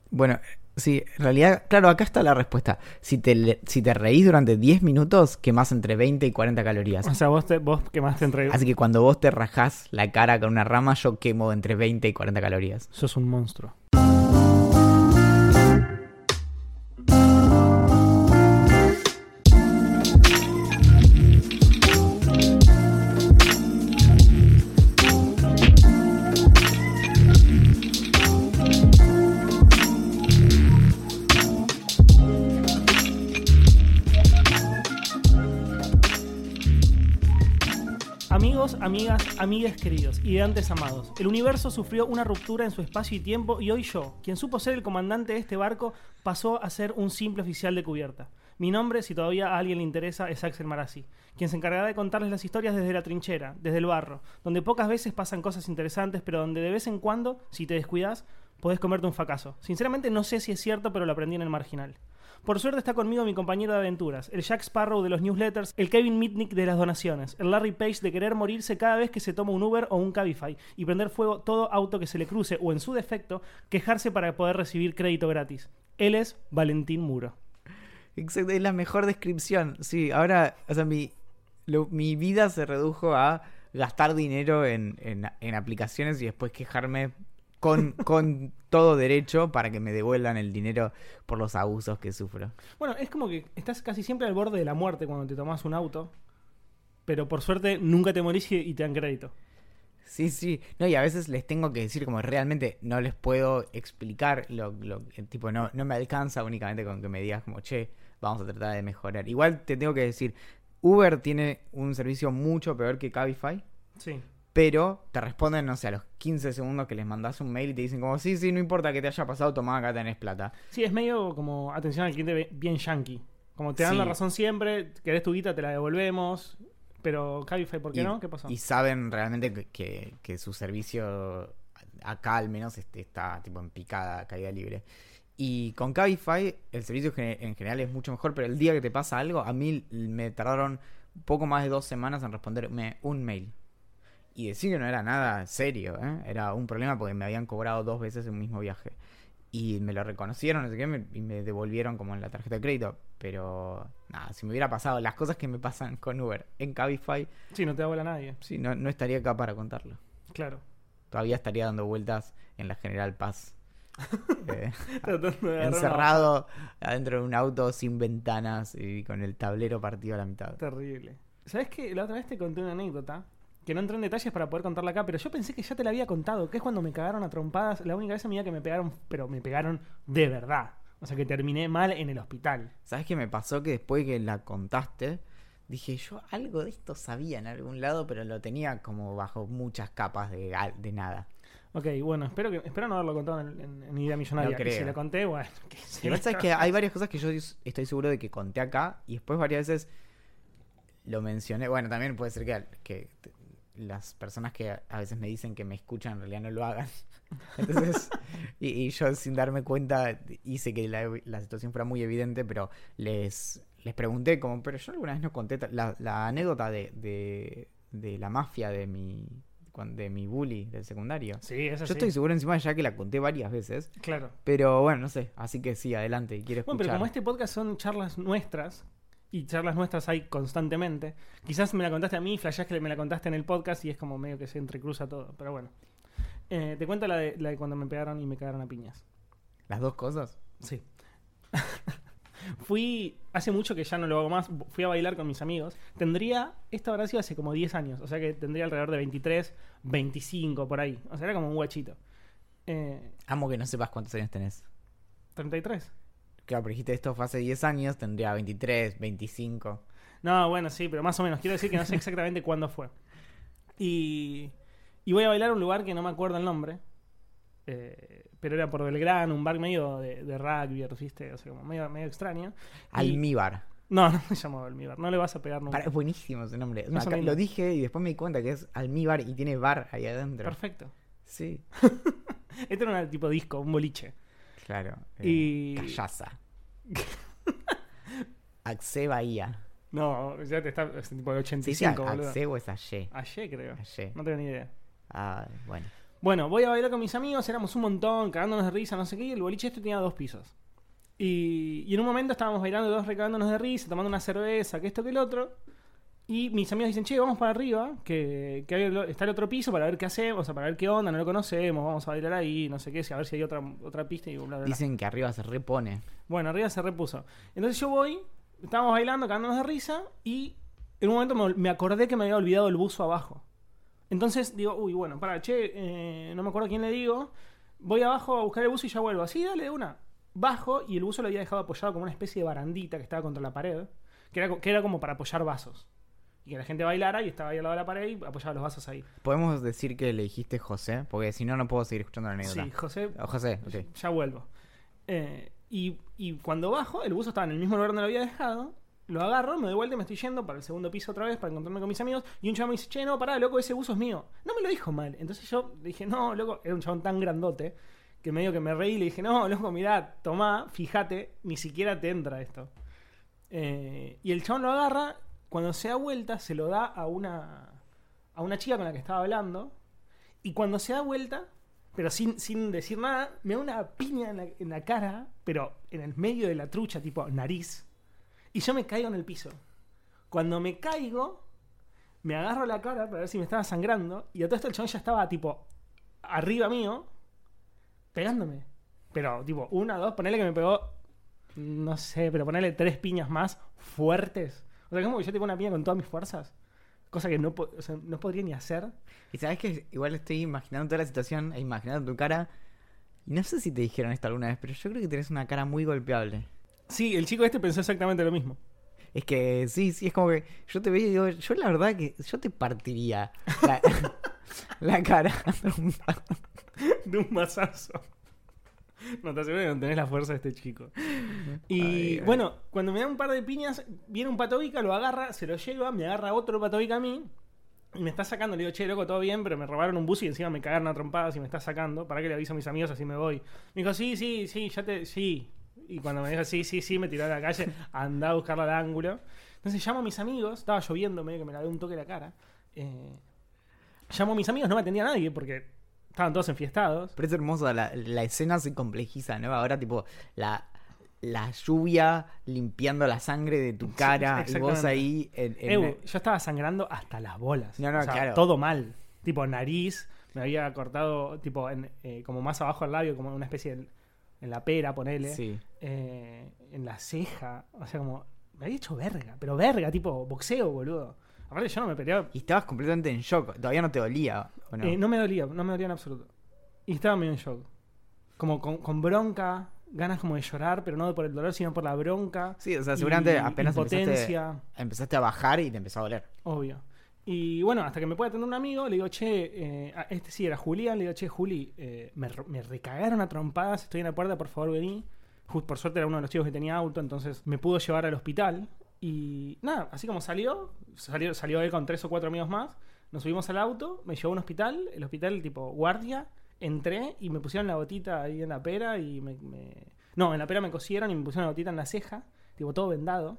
Bueno, sí, en realidad, claro, acá está la respuesta. Si te reís durante 10 minutos, quemás entre 20 y 40 calorías. O sea, vos quemaste entre... Así que cuando vos te rajás la cara con una rama, yo quemo entre 20 y 40 calorías. Sos un monstruo. Amigos, amigas, amigues queridos, ideantes amados, el universo sufrió una ruptura en su espacio y tiempo y hoy yo, quien supo ser el comandante de este barco, pasó a ser un simple oficial de cubierta. Mi nombre, si todavía a alguien le interesa, es Axel Marazzi, quien se encargará de contarles las historias desde la trinchera, desde el barro, donde pocas veces pasan cosas interesantes, pero donde de vez en cuando, si te descuidas, podés comerte un fracaso. Sinceramente no sé si es cierto, pero lo aprendí en el Marginal. Por suerte está conmigo mi compañero de aventuras, el Jack Sparrow de los newsletters, el Kevin Mitnick de las donaciones, el Larry Page de querer morirse cada vez que se toma un Uber o un Cabify y prender fuego todo auto que se le cruce o, en su defecto, quejarse para poder recibir crédito gratis. Él es Valentín Muro. Exacto, es la mejor descripción. Sí, ahora, o sea, mi vida se redujo a gastar dinero en aplicaciones y después quejarme con todo derecho para que me devuelvan el dinero por los abusos que sufro. Bueno, es como que estás casi siempre al borde de la muerte cuando te tomas un auto, pero por suerte nunca te morís y te dan crédito. Sí, sí. No, y a veces les tengo que decir como realmente no les puedo explicar tipo, no me alcanza únicamente con que me digas como, che, vamos a tratar de mejorar. Igual te tengo que decir, Uber tiene un servicio mucho peor que Cabify. Sí. Pero te responden, no sé, a los 15 segundos que les mandás un mail y te dicen como, sí, no importa que te haya pasado, tomá, acá tenés plata. Sí, es medio como atención al cliente bien yankee. Como te dan la razón siempre, querés tu guita, te la devolvemos. Pero Cabify, ¿por qué no? ¿Qué pasó? Y saben realmente que su servicio acá al menos está tipo en picada, caída libre. Y con Cabify el servicio en general es mucho mejor, pero el día que te pasa algo, a mí me tardaron poco más de 2 semanas en responderme un mail. Y decir que no era nada serio, ¿eh? Era un problema porque me habían cobrado 2 veces un mismo viaje. Y me lo reconocieron, no sé qué, y me devolvieron como en la tarjeta de crédito. Pero nada, si me hubiera pasado las cosas que me pasan con Uber en Cabify, sí, no te da nadie. Sí, no estaría acá para contarlo. Claro. Todavía estaría dando vueltas en la General Paz. Tratando de encerrado adentro de un auto sin ventanas y con el tablero partido a la mitad. Terrible. ¿Sabes qué? La otra vez te conté una anécdota que no entré en detalles para poder contarla acá, pero yo pensé que ya te la había contado, que es cuando me cagaron a trompadas. La única vez en mi vida que me pegaron, pero me pegaron de verdad. O sea, que terminé mal en el hospital. ¿Sabes qué me pasó? Que después que la contaste, dije, yo algo de esto sabía en algún lado, pero lo tenía como bajo muchas capas de nada. Ok, bueno, espero no haberlo contado en Idea Millonaria. No creo. Y si la conté, bueno. Igual sabes que hay varias cosas que yo estoy seguro de que conté acá y después varias veces lo mencioné. Bueno, también puede ser que las personas que a veces me dicen que me escuchan en realidad no lo hagan. Entonces, y yo sin darme cuenta hice que la situación fuera muy evidente, pero les pregunté como, pero yo alguna vez no conté la anécdota de la mafia de mi bully del secundario. Sí, eso yo sí. estoy seguro encima ya que la conté varias veces. Claro. Pero bueno, no sé, así que sí, adelante, quiero escuchar. Bueno, pero como este podcast son charlas nuestras, y charlas nuestras hay constantemente, quizás me la contaste a mí, flashás que me la contaste en el podcast y es como medio que se entrecruza todo, pero bueno. Te cuento la de cuando me pegaron y me cagaron a piñas. ¿Las dos cosas? Sí. Fui, hace mucho que ya no lo hago más, fui a bailar con mis amigos. Esto habrá sido hace como 10 años, o sea que tendría alrededor de 23, 25 por ahí. O sea, era como un guachito. Amo que no sepas cuántos años tenés. 33. Claro, pero dijiste esto fue hace 10 años, tendría 23, 25. No, bueno, sí, pero más o menos. Quiero decir que no sé exactamente cuándo fue. Y voy a bailar a un lugar que no me acuerdo el nombre. Pero era por Belgrano, un bar medio de rugby, ¿viste? O sea, como medio extraño. Almíbar. No se llamaba Almíbar. No le vas a pegar nunca. Es buenísimo ese nombre. No Acá, lo dije y después me di cuenta que es Almíbar y tiene bar ahí adentro. Perfecto. Sí. Este era un tipo disco, un boliche. Claro. Callaza. Axe Bahía. No, ya te está. Es tipo de 85, ¿Sí, boludo. Axe o es Aye? Ayer, creo. Aye. No tengo ni idea. Ah, bueno. Bueno, voy a bailar con mis amigos, éramos un montón, cagándonos de risa, no sé qué, y el boliche este tenía 2 pisos. Y en un momento estábamos bailando todos recagándonos de risa, tomando una cerveza, que esto que el otro. Y mis amigos dicen, che, vamos para arriba, que está el otro piso para ver qué hacemos, o sea, para ver qué onda, no lo conocemos, vamos a bailar ahí, no sé qué, a ver si hay otra pista y bla, bla, bla. Dicen que arriba se repone. Bueno, arriba se repuso. Entonces yo voy, estábamos bailando, cagándonos de risa, y en un momento me acordé que me había olvidado el buzo abajo. Entonces digo, uy, bueno, para, che, no me acuerdo a quién le digo, voy abajo a buscar el buzo y ya vuelvo. Así, dale de una. Bajo y el buzo lo había dejado apoyado como una especie de barandita que estaba contra la pared, que era como para apoyar vasos. Y que la gente bailara y estaba ahí al lado de la pared y apoyaba los vasos ahí. ¿Podemos decir que le dijiste José? Porque si no, no puedo seguir escuchando la anécdota. Sí, José. José, ok. Ya vuelvo. Y cuando bajo, el buzo estaba en el mismo lugar donde lo había dejado. Lo agarro, me doy vuelta y me estoy yendo para el segundo piso otra vez para encontrarme con mis amigos. Y un chabón me dice, che, no, pará, loco, ese buzo es mío. No me lo dijo mal. Entonces yo le dije, no, loco, era un chabón tan grandote que medio que me reí y le dije, no, loco, mirá, tomá, fíjate, ni siquiera te entra esto. Y el chabón lo agarra, cuando se da vuelta, se lo da a una chica con la que estaba hablando. Y cuando se da vuelta, pero sin decir nada, me da una piña en la cara, pero en el medio de la trucha, tipo nariz. Y yo me caigo en el piso. Cuando me caigo, me agarro la cara para ver si me estaba sangrando. Y a todo esto el chabón ya estaba, tipo, arriba mío, pegándome. Pero, tipo, 1, 2, ponele que me pegó, no sé, pero ponele 3 piñas más fuertes. O sea, como que yo tengo una piña con todas mis fuerzas. Cosa que no podría ni hacer. Y sabes que igual estoy imaginando toda la situación, e imaginando tu cara. Y no sé si te dijeron esto alguna vez, pero yo creo que tenés una cara muy golpeable. Sí, el chico este pensó exactamente lo mismo. Es que sí, es como que yo te veo y digo, yo la verdad que yo te partiría la cara de un mazazo. No te aseguro que no tenés la fuerza de este chico. Y bueno, cuando me da un par de piñas, viene un patobica, lo agarra, se lo lleva, me agarra otro patobica a mí y me está sacando. Le digo, che, loco, todo bien, pero me robaron un bus y encima me cagaron a trompadas y me está sacando. ¿Para qué le aviso a mis amigos así me voy? Me dijo, sí, sí. Y cuando me dijo, sí, me tiró a la calle, andá a buscarla al ángulo. Entonces llamo a mis amigos, estaba lloviendo, medio que me lavé un toque la cara. Llamo a mis amigos, no me atendía nadie porque estaban todos enfiestados. Pero es hermoso, la escena se complejiza, ¿no? Ahora, tipo, la lluvia limpiando la sangre de tu cara, sí, y vos ahí... yo estaba sangrando hasta las bolas. No, o sea, claro. Todo mal. Tipo, nariz, me había cortado, tipo, como más abajo al labio, como una especie de... En la pera, ponele. Sí. En la ceja. O sea, como... Me había hecho verga. Pero verga, tipo boxeo, boludo. Aparte yo no me peleaba. Y estabas completamente en shock. Todavía no te dolía, ¿o no? No me dolía en absoluto. Y estaba medio en shock. Como con bronca, ganas como de llorar, pero no por el dolor, sino por la bronca. Sí, o sea, seguramente apenas impotencia. Empezaste a bajar y te empezó a doler. Obvio. Y bueno, hasta que me puede atender un amigo, le digo, che, este sí era Julián, le digo, che, Juli, me recagaron a trompadas, estoy en la puerta, por favor vení. Por suerte era uno de los chicos que tenía auto, entonces me pudo llevar al hospital. Y nada, así como salió él con 3 o 4 amigos más, nos subimos al auto, me llevó a un hospital, el hospital tipo guardia, entré y me pusieron la gotita ahí en la pera y No, en la pera me cosieron y me pusieron la gotita en la ceja, tipo todo vendado,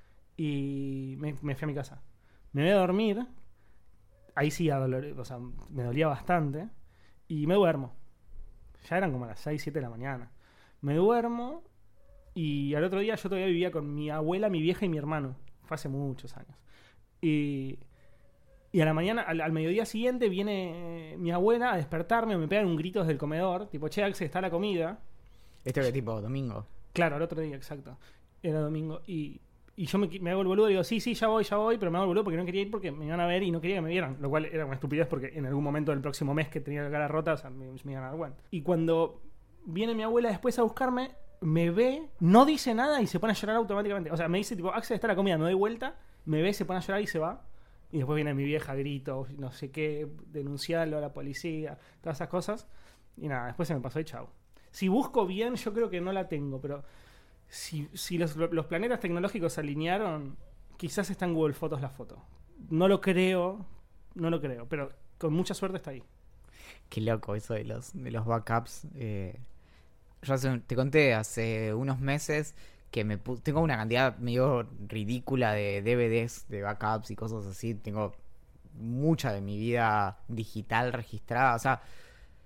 y me fui a mi casa. Me voy a dormir, ahí sí o sea, me dolía bastante, y me duermo. Ya eran como las 6, 7 de la mañana. Me duermo y al otro día yo todavía vivía con mi abuela, mi vieja y mi hermano. Fue hace muchos años. Y a la mañana, al mediodía siguiente, viene mi abuela a despertarme, me pegan un grito desde el comedor, tipo, che, Axel, está la comida. ¿Esto que tipo domingo? Claro, al otro día, exacto. Era domingo. Y yo me hago el boludo y digo, sí, ya voy, pero me hago el boludo porque no quería ir porque me iban a ver y no quería que me vieran. Lo cual era una estupidez porque en algún momento del próximo mes que tenía la cara rota, o sea, me iban a dar cuenta. Y cuando viene mi abuela después a buscarme, me ve, no dice nada y se pone a llorar automáticamente. O sea, me dice, tipo, Axel, está la comida, me doy vuelta, me ve, se pone a llorar y se va. Y después viene mi vieja, grito, no sé qué, denunciarlo a la policía, todas esas cosas. Y nada, después se me pasó y chau. Si busco bien, yo creo que no la tengo, pero si los planetas tecnológicos se alinearon, quizás está en Google Fotos la foto. No lo creo, pero con mucha suerte está ahí. Qué loco eso de los backups. Yo te conté hace unos meses que tengo una cantidad medio ridícula de DVDs, de backups y cosas así. Tengo mucha de mi vida digital registrada. O sea,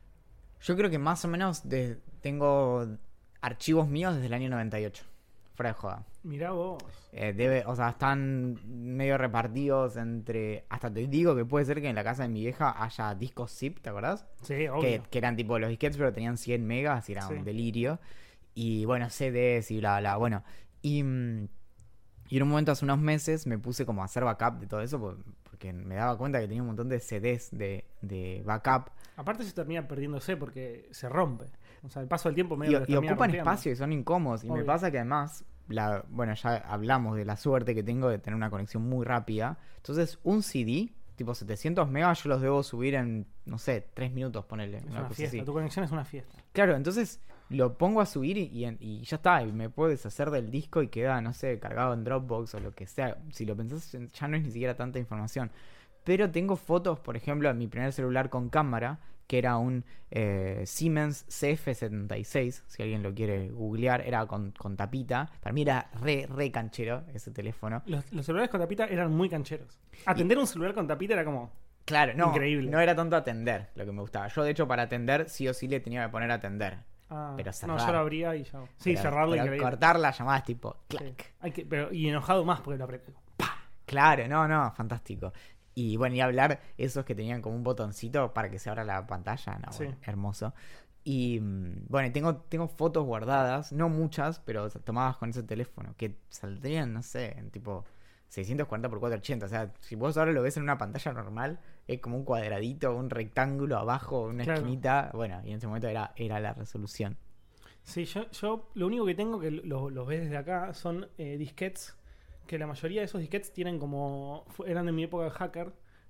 Yo creo que más o menos tengo archivos míos desde el año 98. Fuera de joda. Mirá vos. O sea, están medio repartidos entre... Hasta te digo que puede ser que en la casa de mi vieja haya discos zip, ¿te acordás? Sí, obvio. Que eran tipo los disquetes, pero tenían 100 megas y era un delirio. Y bueno, CDs y bla, bla. Bueno, y en un momento hace unos meses me puse como a hacer backup de todo eso porque me daba cuenta que tenía un montón de CDs de backup. Aparte se termina perdiéndose porque se rompe. O sea, el paso del tiempo medio Y ocupan espacio y son incómodos. Y obvio. me pasa que además, bueno, ya hablamos de la suerte que tengo de tener una conexión muy rápida. Entonces, un CD, tipo 700 megas, yo los debo subir en, no sé, 3 minutos, ponerle. Es una fiesta, tu conexión es una fiesta. Claro, entonces lo pongo a subir y ya está. Y me puedo deshacer del disco y queda, no sé, cargado en Dropbox o lo que sea. Si lo pensás, ya no es ni siquiera tanta información. Pero tengo fotos, por ejemplo, de mi primer celular con cámara, que era un Siemens CF76, si alguien lo quiere googlear, era con tapita. Para mí era re canchero ese teléfono. Los celulares con tapita eran muy cancheros. Atender un celular con tapita era como... Claro, no, increíble. No era tanto atender lo que me gustaba. Yo, de hecho, para atender, sí o sí le tenía que poner atender. Pero cerrar. No, yo lo abría y ya. Sí, cerrarlo pero increíble. cortar las llamadas tipo clac. Sí. Y enojado más porque lo apreté. Claro, no, fantástico. Y bueno, y hablar esos que tenían como un botoncito para que se abra la pantalla, no, bueno, hermoso. Y bueno, tengo fotos guardadas, no muchas, pero tomadas con ese teléfono, que saldrían, no sé, en tipo 640 por 480. O sea, si vos ahora lo ves en una pantalla normal, es como un cuadradito, un rectángulo abajo, una esquinita. Bueno, y en ese momento era la resolución. Sí, yo lo único que tengo, que los ves desde acá, son disquetes. Que la mayoría de esos disquetes tienen como... Eran de mi época de hacker.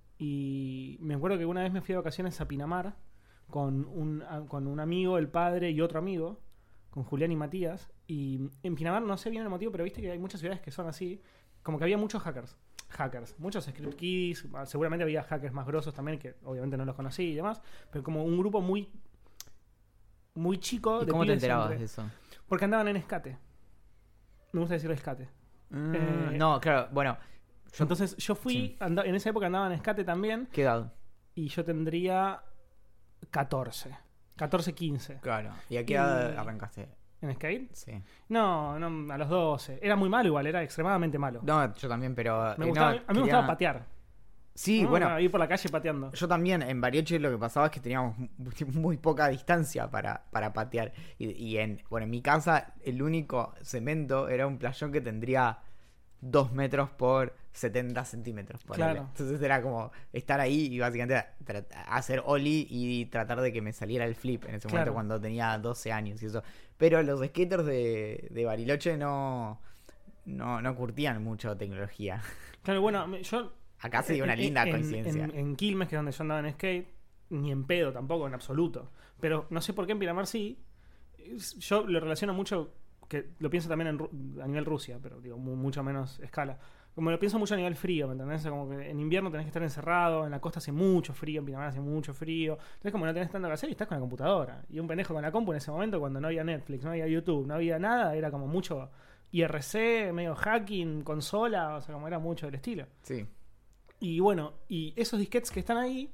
Y me acuerdo que una vez me fui de vacaciones a Pinamar con un amigo, el padre y otro amigo, con Julián y Matías. Y en Pinamar, no sé bien el motivo, pero viste que hay muchas ciudades que son así. Como que había muchos hackers. Muchos script keys. Seguramente había hackers más grosos también, que obviamente no los conocí y demás. Pero como un grupo muy chico. ¿Y cómo te enterabas de eso? Porque andaban en escate. Me gusta decir escate. No, claro, bueno. Entonces yo fui, en esa época andaba en escate también. ¿Qué edad? Y yo tendría 14, 15. Claro. ¿Y a qué edad arrancaste? ¿En skate? Sí. No, a los 12. Era muy malo igual, era extremadamente malo. No, yo también, pero... a mí me gustaba patear. Sí, bueno. Ir por la calle pateando. Yo también, en Bariloche lo que pasaba es que teníamos muy poca distancia para patear. Y en mi casa el único cemento era un playón que tendría 2 metros por 70 centímetros. Claro. Entonces era como estar ahí y básicamente hacer ollie y tratar de que me saliera el flip en ese momento cuando tenía 12 años y eso. Pero los skaters de Bariloche no curtían mucho tecnología. Claro, bueno, yo... Acá se dio una linda coincidencia. En Quilmes, que es donde yo andaba en skate, ni en pedo tampoco, en absoluto. Pero no sé por qué en Pinamar sí. Yo lo relaciono mucho, que lo pienso también a nivel Rusia, pero digo, mucho menos escala. Como lo pienso mucho a nivel frío, ¿me entendés? Como que en invierno tenés que estar encerrado, en la costa hace mucho frío, en Pinamar hace mucho frío. Entonces como no tenés tanto que hacer y estás con la computadora. Y un pendejo con la compu en ese momento, cuando no había Netflix, no había YouTube, no había nada, era como mucho IRC, medio hacking, consola, o sea, como era mucho del estilo. Sí. Y bueno, y esos disquetes que están ahí,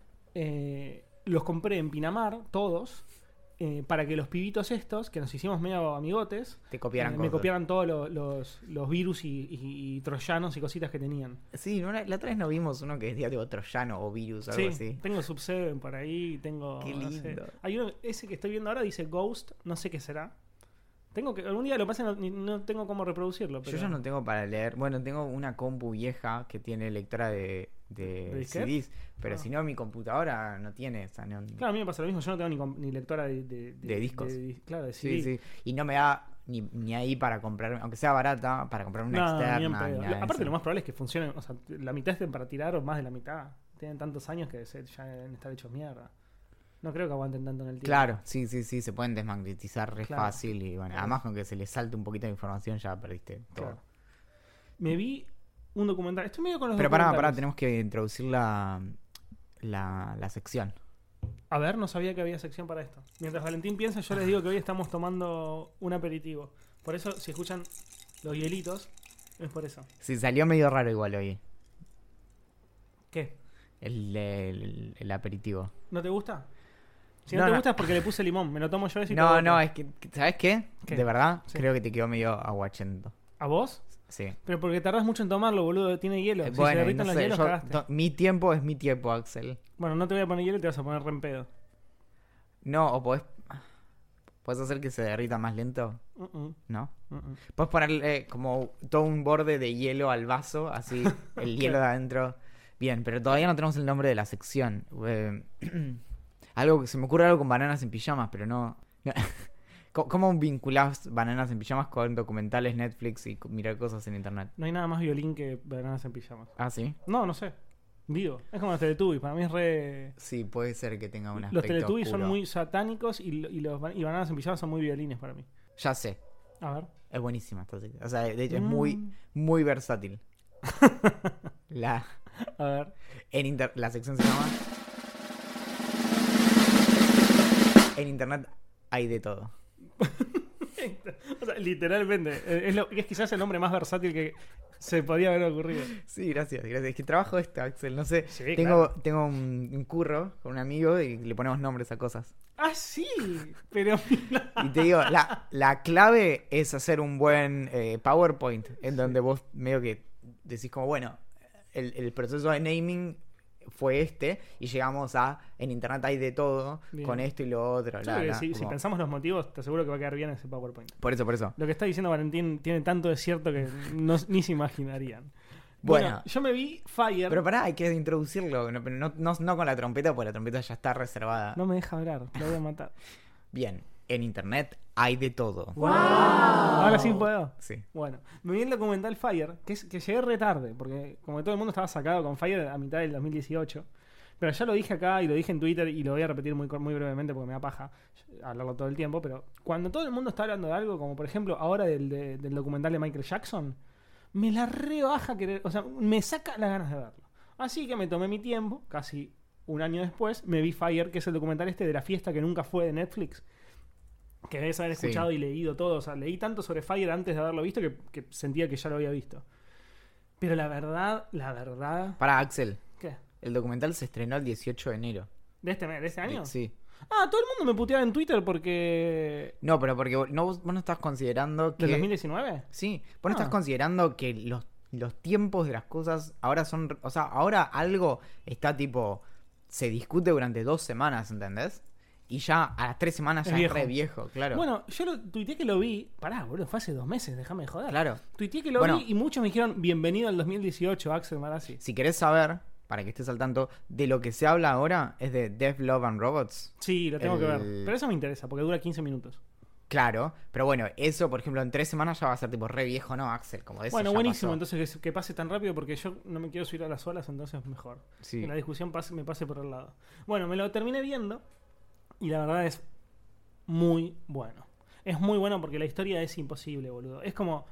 los compré en Pinamar, todos, para que los pibitos estos, que nos hicimos medio amigotes, te copiaran me copiaran todos los virus y troyanos y cositas que tenían. Sí, la otra vez no vimos uno que decía tipo troyano o virus o algo así. Tengo Sub7 por ahí, tengo... Qué lindo. No sé. Hay uno, ese que estoy viendo ahora dice Ghost, no sé qué será. Algún día lo pasa, no tengo cómo reproducirlo. Pero... Yo ya no tengo para leer. Bueno, tengo una compu vieja que tiene lectora de CDs, pero si no, mi computadora no tiene esa. No... Claro, a mí me pasa lo mismo. Yo no tengo ni lectora de discos. Claro, de CD. Sí. Y no me da ni ahí para comprar, aunque sea barata, para comprar una externa. Aparte, lo más probable es que funcionen. O sea, la mitad estén para tirar o más de la mitad. Tienen tantos años que ya deben estar hechos mierda. No creo que aguanten tanto en el tiempo. Claro, sí, se pueden desmagnetizar re fácil y bueno, además con que se les salte un poquito de información ya perdiste todo. Claro. Me vi un documental, estoy medio con los Pero documentales. pará, tenemos que introducir la sección. A ver, no sabía que había sección para esto. Mientras Valentín piensa, yo les digo que hoy estamos tomando un aperitivo. Por eso, si escuchan los hielitos, es por eso. Sí, salió medio raro igual hoy. ¿Qué? El aperitivo. ¿No te gusta? Si no te gusta es porque le puse limón. Me lo tomo yo eso y No, te no, es que, ¿sabes qué? ¿Qué? De verdad, Sí. creo que te quedó medio aguachento. ¿A vos? Sí. Pero porque tardás mucho en tomarlo, boludo. Tiene hielo. Si se Bueno, derriten no los sé, hielos, cagaste. mi tiempo es mi tiempo, Axel. Bueno, no te voy a poner hielo y te vas a poner re en pedo. No, o podés hacer que se derrita más lento, ¿no? Puedes ponerle como todo un borde de hielo al vaso, así el hielo de adentro. Bien, pero todavía no tenemos el nombre de la sección. Algo que se me ocurre algo con bananas en pijamas, pero no. ¿Cómo vinculás bananas en pijamas con documentales, Netflix y mirar cosas en internet? No hay nada más violín que bananas en pijamas. Ah, ¿sí? No sé. Digo, es como los Teletubbies. Para mí es re... Sí, puede ser que tenga un aspecto Los Teletubbies son oscuro. muy satánicos y bananas en pijamas son muy violines para mí. Ya sé, A ver. es buenísima esta serie. O sea, de hecho es muy versátil. La A ver. la sección se llama En internet hay de todo. O sea, literalmente. Es quizás el nombre más versátil que se podía haber ocurrido. Sí, gracias. Es que trabajo esto, Axel. No sé. Sí, tengo un curro con un amigo y le ponemos nombres a cosas. Ah, sí. Pero... Y te digo, la clave es hacer un buen PowerPoint en donde vos medio que decís como, bueno, el proceso de naming fue y llegamos a en internet hay de todo, Bien. con esto y lo otro. Yo creo que si pensamos los motivos, te aseguro que va a quedar bien ese PowerPoint. Por eso. Lo que está diciendo Valentín tiene tanto de cierto que ni se imaginarían. Bueno, yo me vi Fire. Pero pará, hay que introducirlo, no con la trompeta, porque la trompeta ya está reservada. No me deja hablar, lo voy a matar. Bien, en internet hay de todo. ¡Wow! Ahora sí puedo. Sí. Bueno, me vi el documental Fire, que llegué re tarde, porque como que todo el mundo estaba sacado con Fire a mitad del 2018. Pero ya lo dije acá y lo dije en Twitter y lo voy a repetir muy brevemente porque me da paja hablarlo todo el tiempo. Pero cuando todo el mundo está hablando de algo, como por ejemplo ahora del documental de Michael Jackson, me la rebaja querer, o sea, me saca las ganas de verlo. Así que me tomé mi tiempo, casi un año después, me vi Fire, que es el documental de la fiesta que nunca fue de Netflix. Que debes haber escuchado y leído todo. O sea, leí tanto sobre Fire antes de haberlo visto que sentía que ya lo había visto. Pero la verdad... Para Axel, ¿Qué? el documental se estrenó el 18 de enero. ¿De este año? Sí. Ah, todo el mundo me puteaba en Twitter porque... No, pero porque vos no estás considerando que... ¿Del 2019? Sí, vos no estás considerando que los tiempos de las cosas ahora son... O sea, ahora algo está tipo... Se discute durante 2 semanas, ¿entendés? Y ya a las 3 semanas ya es re viejo, claro. Bueno, yo tuiteé que lo vi. Pará, boludo, fue hace 2 meses, déjame de joder. Claro. Tuiteé que lo vi y muchos me dijeron bienvenido al 2018, Axel Marazzi. Si querés saber, para que estés al tanto, de lo que se habla ahora es de Death, Love and Robots. Sí, lo tengo que ver. Pero eso me interesa, porque dura 15 minutos. Claro, pero bueno, eso, por ejemplo, en 3 semanas ya va a ser tipo re viejo, ¿no, Axel? Como de eso bueno, ya buenísimo, pasó. entonces que pase tan rápido porque yo no me quiero subir a las olas, entonces mejor. Sí. Que la discusión me pase por el lado. Bueno, me lo terminé viendo y la verdad es muy bueno. Es muy bueno porque la historia es imposible, boludo. Es como...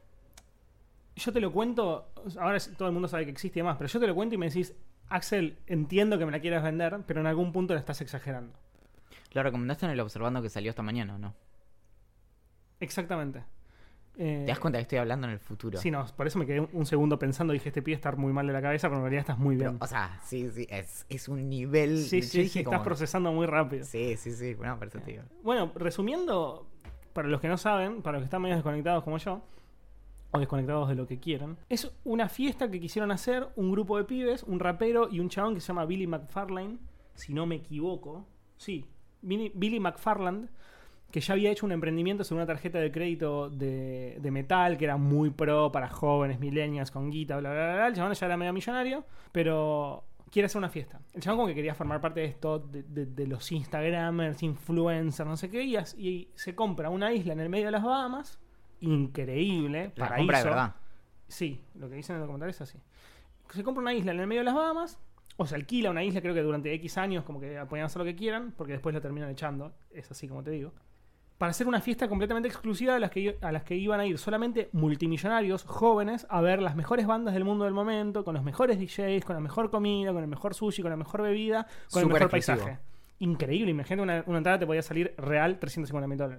Yo te lo cuento, ahora todo el mundo sabe que existe y demás, pero yo te lo cuento y me decís, Axel, entiendo que me la quieras vender, pero en algún punto la estás exagerando. Lo recomendaste en el Observando que salió esta mañana, ¿o no? Exactamente. ¿Te das cuenta que estoy hablando en el futuro? Sí, no, por eso me quedé un segundo pensando, dije, este pibe está muy mal de la cabeza, pero en realidad estás muy bien. Pero, o sea, sí, es un nivel... Sí, yo sí, dije estás como- procesando muy rápido. Sí, bueno, por eso te digo. Bueno, resumiendo, para los que no saben, para los que están medio desconectados como yo, o desconectados de lo que quieran, es una fiesta que quisieron hacer un grupo de pibes, un rapero y un chabón que se llama Billy McFarlane, si no me equivoco. Sí, Billy McFarland, que ya había hecho un emprendimiento sobre una tarjeta de crédito de metal, que era muy pro para jóvenes, millennials, con guita, bla, bla, bla. El chabón ya era medio millonario, pero quiere hacer una fiesta. El chabón como que quería formar parte de esto, de los Instagramers, influencers, no sé qué, y se compra una isla en el medio de las Bahamas, increíble, La paraíso. compra de verdad. Sí, lo que dicen en el comentario es así. Se compra una isla en el medio de las Bahamas, o se alquila una isla, creo que durante X años, como que podían hacer lo que quieran, porque después la terminan echando, es así como te digo, para hacer una fiesta completamente exclusiva a las que iban a ir solamente multimillonarios, jóvenes, a ver las mejores bandas del mundo del momento, con los mejores DJs, con la mejor comida, con el mejor sushi, con la mejor bebida, con el Súper mejor exclusivo. paisaje. Increíble, imagínate una entrada te podía salir real $350.000.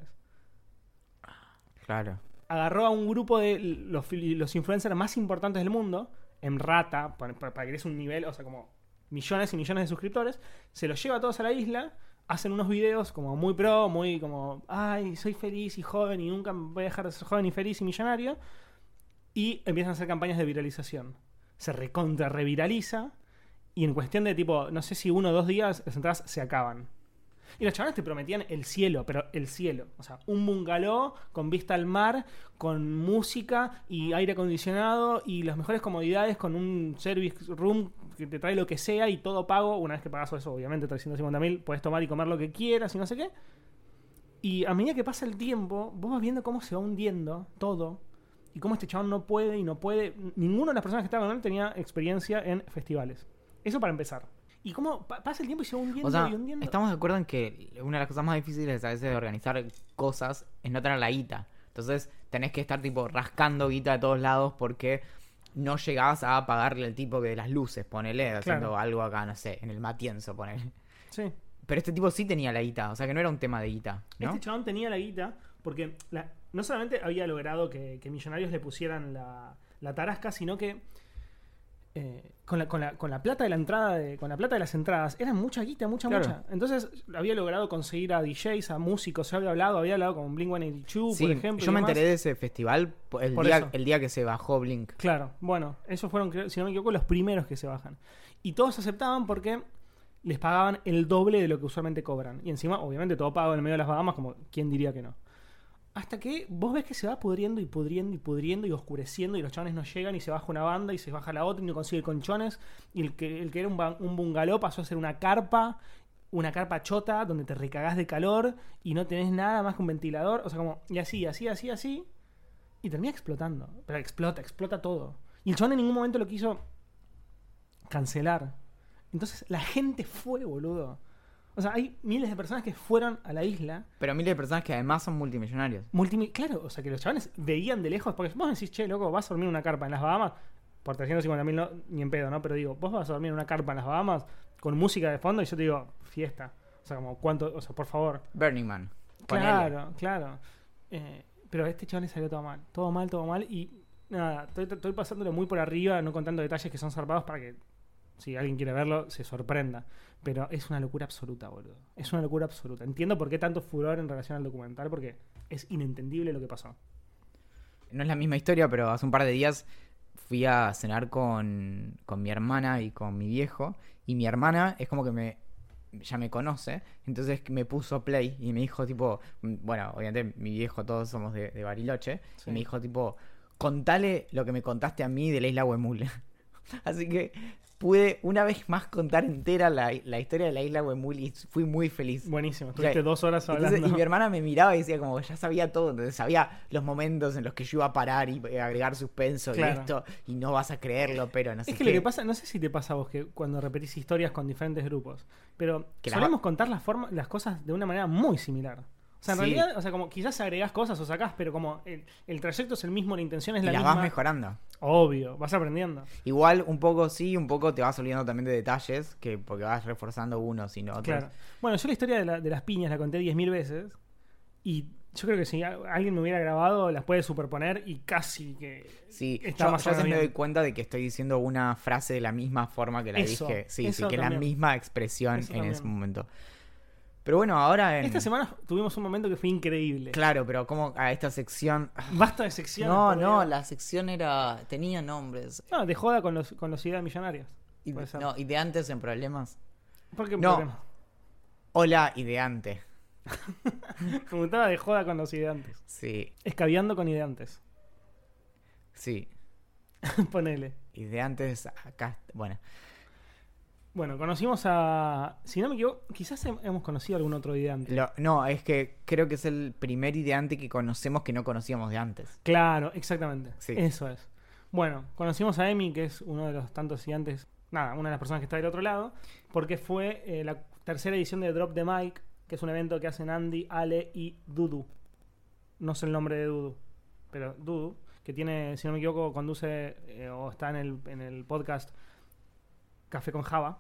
Claro. Agarró a un grupo de los influencers más importantes del mundo, en rata, para que des un nivel, o sea, como millones y millones de suscriptores, se los lleva a todos a la isla, hacen unos videos como muy pro, muy como, ay, soy feliz y joven y nunca voy a dejar de ser joven y feliz y millonario. Y empiezan a hacer campañas de viralización. Se recontra reviraliza. Y en cuestión de tipo, no sé si 1 o 2 días, las entradas se acaban. Y los chavales te prometían el cielo, pero el cielo. O sea, un bungalow con vista al mar, con música y aire acondicionado y las mejores comodidades con un service room que te trae lo que sea y todo pago. Una vez que pagas eso, obviamente, 350.000, puedes tomar y comer lo que quieras y no sé qué. Y a medida que pasa el tiempo, vos vas viendo cómo se va hundiendo todo y cómo este chabón no puede y no puede. Ninguno de las personas que estaban con él tenía experiencia en festivales. Eso para empezar. Y cómo pasa el tiempo y se va hundiendo, O sea, y hundiendo. estamos de acuerdo en que una de las cosas más difíciles a veces de organizar cosas es no tener la guita. Entonces tenés que estar tipo rascando guita de todos lados porque no llegás a pagarle al tipo que de las luces, ponele, haciendo algo acá, no sé, en el Matienzo, ponele. Sí. Pero este tipo sí tenía la guita, o sea que no era un tema de guita, ¿no? Este chabón tenía la guita porque no solamente había logrado que Millonarios le pusieran la tarasca, sino que con la plata de la entrada, con la plata de las entradas, era mucha guita, mucha. Entonces había logrado conseguir a DJs, a músicos, había hablado con Blink-182, Sí, por ejemplo. yo me enteré de ese festival el día que se bajó Blink. Claro, bueno, esos fueron, si no me equivoco, los primeros que se bajan. Y todos aceptaban porque les pagaban el doble de lo que usualmente cobran. Y encima, obviamente, todo pago en el medio de las Bahamas, como quién diría que no. Hasta que vos ves que se va pudriendo y pudriendo y pudriendo y oscureciendo y los chavales no llegan y se baja una banda y se baja la otra y no consigue colchones y el que era un bungalow pasó a ser una carpa chota donde te recagás de calor y no tenés nada más que un ventilador, o sea, como, y así, y termina explotando, pero explota todo. Y el chabón en ningún momento lo quiso cancelar. Entonces la gente fue, boludo. O sea, hay miles de personas que fueron a la isla. Pero miles de personas que además son multimillonarios. Claro, o sea, que los chavales veían de lejos. Porque vos decís, che, loco, vas a dormir en una carpa en las Bahamas. Por 350.000 no, ni en pedo, ¿no? Pero digo, vos vas a dormir en una carpa en las Bahamas con música de fondo y yo te digo, fiesta. O sea, como, ¿cuánto? O sea, por favor. Burning Man. Ponele. Claro. Pero a este chaval le salió todo mal. Todo mal. Y nada, estoy pasándolo muy por arriba, no contando detalles que son zarpados para que, si alguien quiere verlo, se sorprenda. Pero es una locura absoluta, boludo. Es una locura absoluta. Entiendo por qué tanto furor en relación al documental, porque es inentendible lo que pasó. No es la misma historia, pero hace un par de días fui a cenar con mi hermana y con mi viejo. Y mi hermana es como que ya me conoce. Entonces me puso play y me dijo tipo... Bueno, obviamente mi viejo, todos somos de Bariloche. Sí. Y me dijo tipo... Contale lo que me contaste a mí de la isla Huemul. Así que... pude una vez más contar entera la historia de la isla Huemul y fui muy feliz. Buenísimo, estuviste 2 horas hablando. Entonces, y mi hermana me miraba y decía como ya sabía todo, entonces sabía los momentos en los que yo iba a parar y agregar suspenso y esto, y no vas a creerlo, pero no sé qué. Es que lo que pasa, no sé si te pasa a vos que cuando repetís historias con diferentes grupos, pero que solemos contar las cosas de una manera muy similar. O sea, en realidad, o sea, como quizás agregás cosas o sacás, pero como el trayecto es el mismo, la intención es la misma. Y la vas mejorando. Obvio, vas aprendiendo. Igual, un poco sí, un poco te vas olvidando también de detalles, porque vas reforzando unos y no otros. Claro. Bueno, yo la historia de las piñas la conté 10.000 veces y yo creo que si alguien me hubiera grabado las puede superponer y casi que... Sí, yo a veces me doy cuenta de que estoy diciendo una frase de la misma forma que la dije. Sí, que es la misma expresión en ese momento. Pero bueno, ahora esta semana tuvimos un momento que fue increíble. Claro, pero como a esta sección... Basta de secciones. No, la sección tenía nombres. No, de joda con los ideas millonarios. No, ideantes en problemas. ¿Por qué problemas? Hola, ideante. Preguntaba de joda con los ideantes. Sí. Escabeando con ideantes. Sí. Ponele. Ideantes acá... Bueno, conocimos a... Si no me equivoco, quizás hemos conocido a algún otro ideante. No, es que creo que es el primer ideante que conocemos que no conocíamos de antes. Claro, exactamente. Sí. Eso es. Bueno, conocimos a Emi, que es uno de los tantos ideantes... Nada, una de las personas que está del otro lado. Porque fue la tercera edición de Drop the Mic, que es un evento que hacen Andy, Ale y Dudu. No sé el nombre de Dudu, pero Dudu, que tiene, si no me equivoco, conduce o está en el podcast Café con Java.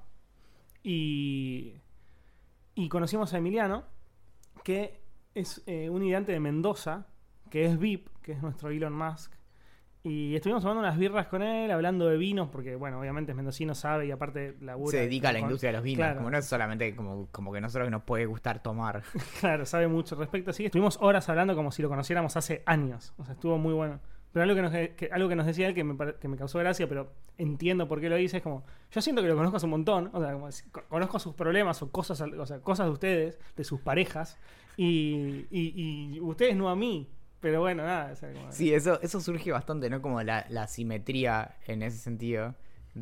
Y conocimos a Emiliano, que es un ideante de Mendoza, que es VIP, que es nuestro Elon Musk, Y estuvimos tomando unas birras con él, hablando de vinos, porque, bueno, obviamente es mendocino, sabe, y aparte labura. Se dedica a la industria de los vinos, claro. como no es solamente como que nosotros nos puede gustar tomar. Claro, sabe mucho al respecto. Así que estuvimos horas hablando como si lo conociéramos hace años. O sea, estuvo muy bueno. Pero algo que nos decía él que me causó gracia, pero entiendo por qué lo dice, es como, yo siento que lo conozco hace un montón, o sea, como conozco sus problemas o cosas de ustedes, de sus parejas, y ustedes no a mí. Pero bueno, nada. O sea, como... Sí, eso surge bastante, ¿no? Como la simetría en ese sentido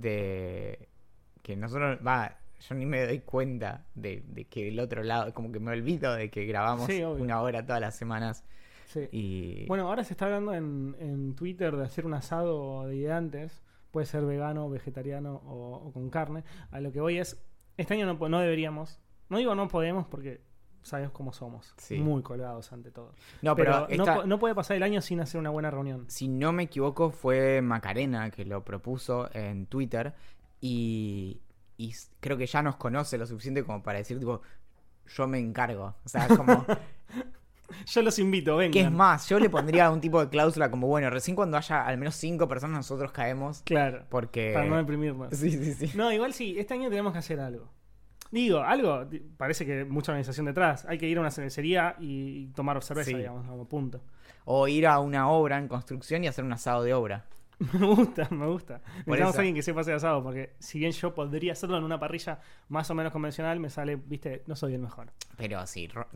de que nosotros, yo ni me doy cuenta de que del otro lado, como que me olvido de que grabamos una hora todas las semanas. Sí. Y... Bueno, ahora se está hablando en Twitter de hacer un asado de ideantes. Puede ser vegano, vegetariano o con carne. A lo que voy es, este año no deberíamos, no digo no podemos porque sabes cómo somos, sí, muy colgados ante todo. No, pero no puede pasar el año sin hacer una buena reunión. Si no me equivoco, fue Macarena que lo propuso en Twitter y creo que ya nos conoce lo suficiente como para decir, tipo, yo me encargo. O sea, como... Yo los invito, vengan. ¿Qué es más? Yo le pondría un tipo de cláusula como, bueno, recién cuando haya al menos 5 personas nosotros caemos. Claro, porque... para no deprimirnos. Sí. No, igual sí, este año tenemos que hacer algo. Digo, algo, parece que mucha organización detrás. Hay que ir a una cervecería y tomar cerveza, sí, digamos, como punto. O ir a una obra en construcción y hacer un asado de obra. Me gusta. Necesitamos a alguien que sepa hacer asado, porque si bien yo podría hacerlo en una parrilla más o menos convencional, me sale, viste, no soy el mejor. Pero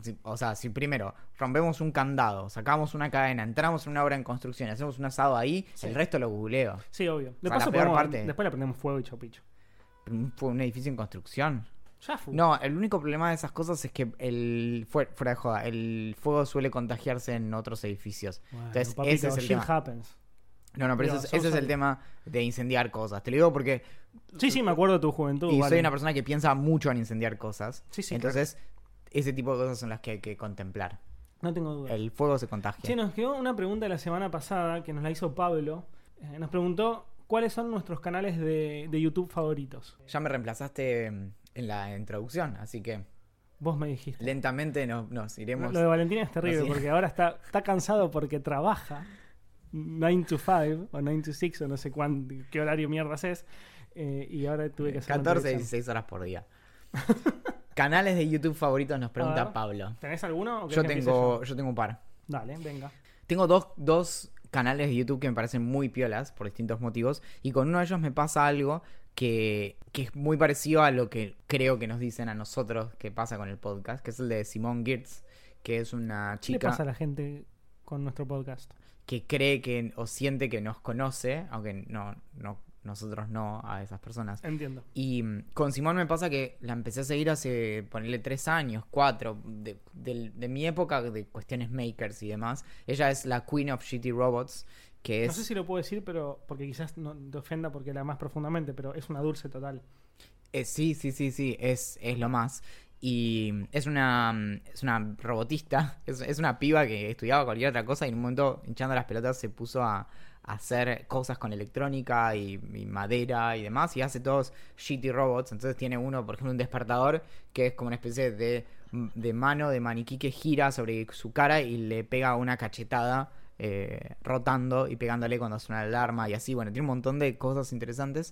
si primero rompemos un candado, sacamos una cadena, entramos en una obra en construcción, hacemos un asado ahí, sí, el resto lo googleo. Sí, obvio. De paso, después le prendemos fuego y chopicho. ¿Fue un edificio en construcción? Ya fue. No, el único problema de esas cosas es que fuera de joda, el fuego suele contagiarse en otros edificios. Bueno, entonces, papito, ese es el tema. Happens. No, pero ese es el tema de incendiar cosas. Te lo digo porque... Sí, me acuerdo de tu juventud. Y soy una persona que piensa mucho en incendiar cosas. Sí, entonces, claro, ese tipo de cosas son las que hay que contemplar. No tengo duda. El fuego se contagia. Sí, nos quedó una pregunta la semana pasada que nos la hizo Pablo. Nos preguntó cuáles son nuestros canales de YouTube favoritos. Ya me reemplazaste en la introducción, así que... Vos me dijiste. Lentamente nos iremos... Lo de Valentina es terrible porque ahora está cansado porque trabaja 9 to 5 o 9 to 6 o no sé qué horario mierdas es. Y ahora tuve que hacer 14, 16 horas por día. Canales de YouTube favoritos nos pregunta Pablo. ¿Tenés alguno? ¿O yo tengo un par. Dale, venga. Tengo dos canales de YouTube que me parecen muy piolas por distintos motivos. Y con uno de ellos me pasa algo que es muy parecido a lo que creo que nos dicen a nosotros que pasa con el podcast, que es el de Simone Giertz, que es una chica... ¿Qué le pasa a la gente con nuestro podcast? Que cree que o siente que nos conoce, aunque no nosotros no a esas personas. Entiendo. Y con Simón me pasa que la empecé a seguir hace, ponerle 3 años, 4, de mi época de cuestiones makers y demás. Ella es la Queen of Shitty Robots, que es... No sé si lo puedo decir, pero porque quizás no te ofenda porque la más profundamente, pero es una dulce total. Sí, es lo más. Y es una robotista, es una piba que estudiaba cualquier otra cosa y en un momento, hinchando las pelotas, se puso a hacer cosas con electrónica y madera y demás, y hace todos shitty robots. Entonces tiene uno, por ejemplo, un despertador que es como una especie de mano de maniquí que gira sobre su cara y le pega una cachetada rotando y pegándole cuando suena la alarma y así. Bueno, tiene un montón de cosas interesantes.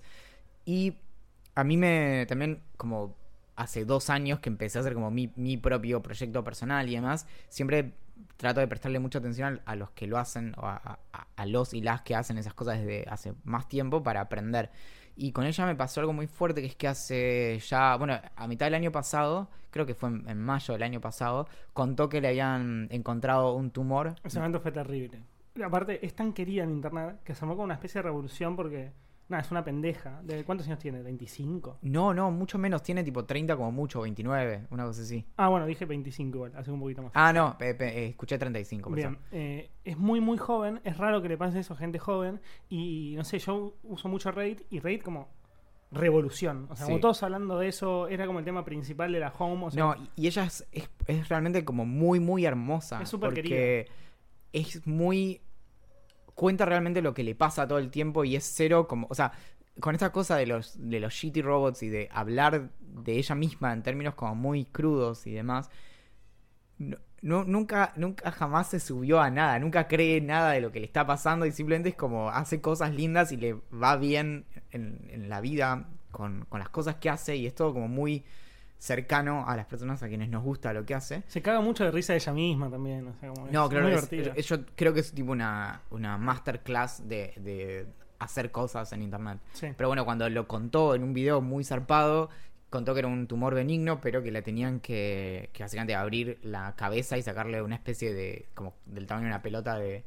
Y a mí también como hace 2 años que empecé a hacer como mi propio proyecto personal y demás, siempre trato de prestarle mucha atención a los que lo hacen, o a los y las que hacen esas cosas desde hace más tiempo para aprender. Y con ella me pasó algo muy fuerte, que es que hace ya, bueno, a mitad del año pasado, creo que fue en mayo del año pasado, contó que le habían encontrado un tumor. Ese momento fue terrible. Aparte, es tan querida en internet que se armó como una especie de revolución porque... Nada, es una pendeja. ¿De cuántos años tiene? ¿25? No, mucho menos. Tiene tipo 30 como mucho, 29, una cosa así. Ah, bueno, dije 25 igual, hace un poquito más. Ah, no, escuché 35. Por bien, es muy, muy joven. Es raro que le pase eso a gente joven. Y no sé, yo uso mucho Reddit y Reddit como revolución. O sea, como todos hablando de eso, era como el tema principal de la home. O sea, no, y ella es realmente como muy, muy hermosa. Es súper querida. Porque es muy... Cuenta realmente lo que le pasa todo el tiempo y es cero como... O sea, con esta cosa de los shitty robots y de hablar de ella misma en términos como muy crudos y demás, nunca jamás se subió a nada, nunca cree nada de lo que le está pasando y simplemente es como hace cosas lindas y le va bien en la vida con las cosas que hace y es todo como muy cercano a las personas a quienes nos gusta lo que hace. Se caga mucho de risa de ella misma también. O sea, como No, claro, muy divertida. yo creo que es tipo una masterclass de hacer cosas en internet. Sí. Pero bueno, cuando lo contó en un video muy zarpado, contó que era un tumor benigno, pero que le tenían que básicamente abrir la cabeza y sacarle una especie de, como del tamaño de una pelota de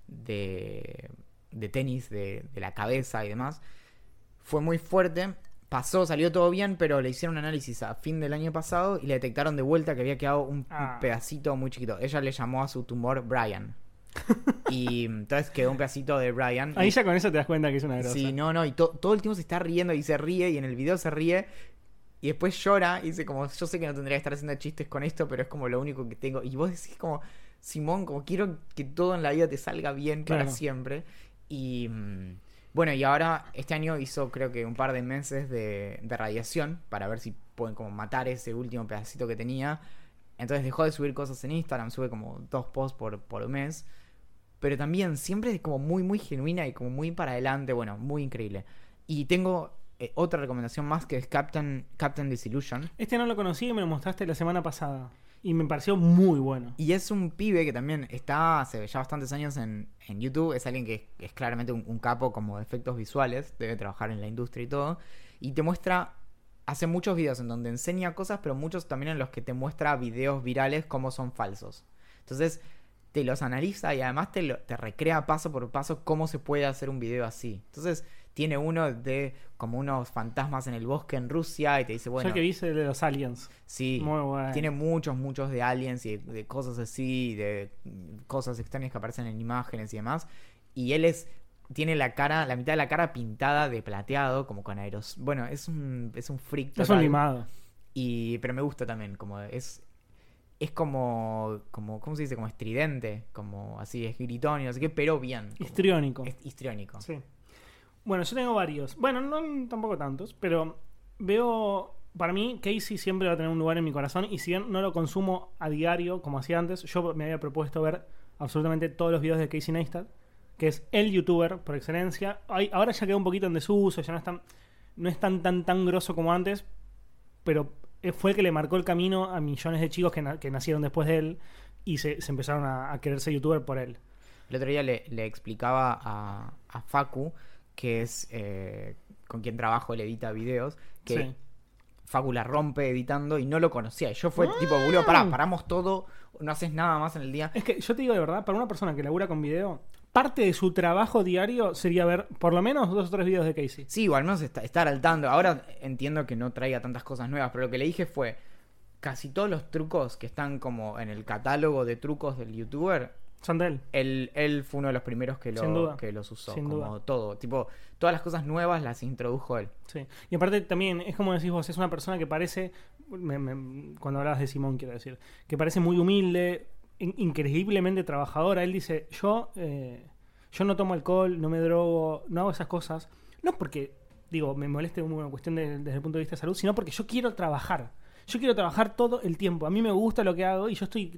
tenis de la cabeza y demás. Fue muy fuerte. Pasó, salió todo bien, pero le hicieron un análisis a fin del año pasado y le detectaron de vuelta que había quedado un pedacito muy chiquito. Ella le llamó a su tumor Brian. Y entonces quedó un pedacito de Brian. Ahí ya con eso te das cuenta que es una grosa. Sí, no, y todo el tiempo se está riendo y se ríe y en el video se ríe y después llora y dice como, yo sé que no tendría que estar haciendo chistes con esto, pero es como lo único que tengo. Y vos decís como, Simón, como quiero que todo en la vida te salga bien para siempre. Y bueno, y ahora este año hizo creo que un par de meses de radiación para ver si pueden como matar ese último pedacito que tenía. Entonces dejó de subir cosas en Instagram, sube como 2 posts por mes. Pero también siempre es como muy, muy genuina y como muy para adelante. Bueno, muy increíble. Y tengo otra recomendación más que es Captain Disillusion. Este no lo conocí y me lo mostraste la semana pasada. Y me pareció muy bueno. Y es un pibe que también está hace ya bastantes años en YouTube. Es alguien que es claramente un capo como de efectos visuales. Debe trabajar en la industria y todo. Y te muestra... Hace muchos videos en donde enseña cosas, pero muchos también en los que te muestra videos virales como son falsos. Entonces... te los analiza y además te recrea paso por paso cómo se puede hacer un video así. Entonces tiene uno de como unos fantasmas en el bosque en Rusia y te dice, bueno... Yo el que vi de los aliens. Sí, muy bueno. Tiene muchos de aliens y de cosas así, de cosas extrañas que aparecen en imágenes y demás. Y él tiene la mitad de la cara pintada de plateado, como con aeros... Bueno, es un freak total. Es un limado. Pero me gusta también, como es como ¿cómo se dice? Como estridente, como así, es gritón y no sé qué, pero bien. Histriónico. Es histriónico. Sí. Bueno, yo tengo varios. Bueno, no tampoco tantos, pero veo... Para mí, Casey siempre va a tener un lugar en mi corazón y si bien no lo consumo a diario como hacía antes, yo me había propuesto ver absolutamente todos los videos de Casey Neistat, que es el youtuber por excelencia. Ahora ya quedó un poquito en desuso, ya no es tan grosso como antes, pero... fue el que le marcó el camino a millones de chicos que nacieron después de él y se empezaron a querer ser youtuber por él. El otro día le explicaba a Facu, que es con quien trabajo, él edita videos, que sí. Facu la rompe editando y no lo conocía. Y yo fue tipo, boludo, paramos todo, no haces nada más en el día. Es que yo te digo de verdad, para una persona que labura con video, parte de su trabajo diario sería ver por lo menos 2 o 3 videos de Casey. Sí, o al menos estar al tanto. Ahora entiendo que no traiga tantas cosas nuevas, pero lo que le dije fue, casi todos los trucos que están como en el catálogo de trucos del youtuber, son de él. Él fue uno de los primeros que los usó. Sin como duda. todo. Tipo, todas las cosas nuevas las introdujo él. Sí. Y aparte también, es como decís vos, es una persona que parece, cuando hablabas de Simón quiero decir, que parece muy humilde, increíblemente trabajadora. Él dice, yo no tomo alcohol, no me drogo, no hago esas cosas. No porque, me moleste una cuestión desde el punto de vista de salud, sino porque yo quiero trabajar. Yo quiero trabajar todo el tiempo. A mí me gusta lo que hago y yo estoy,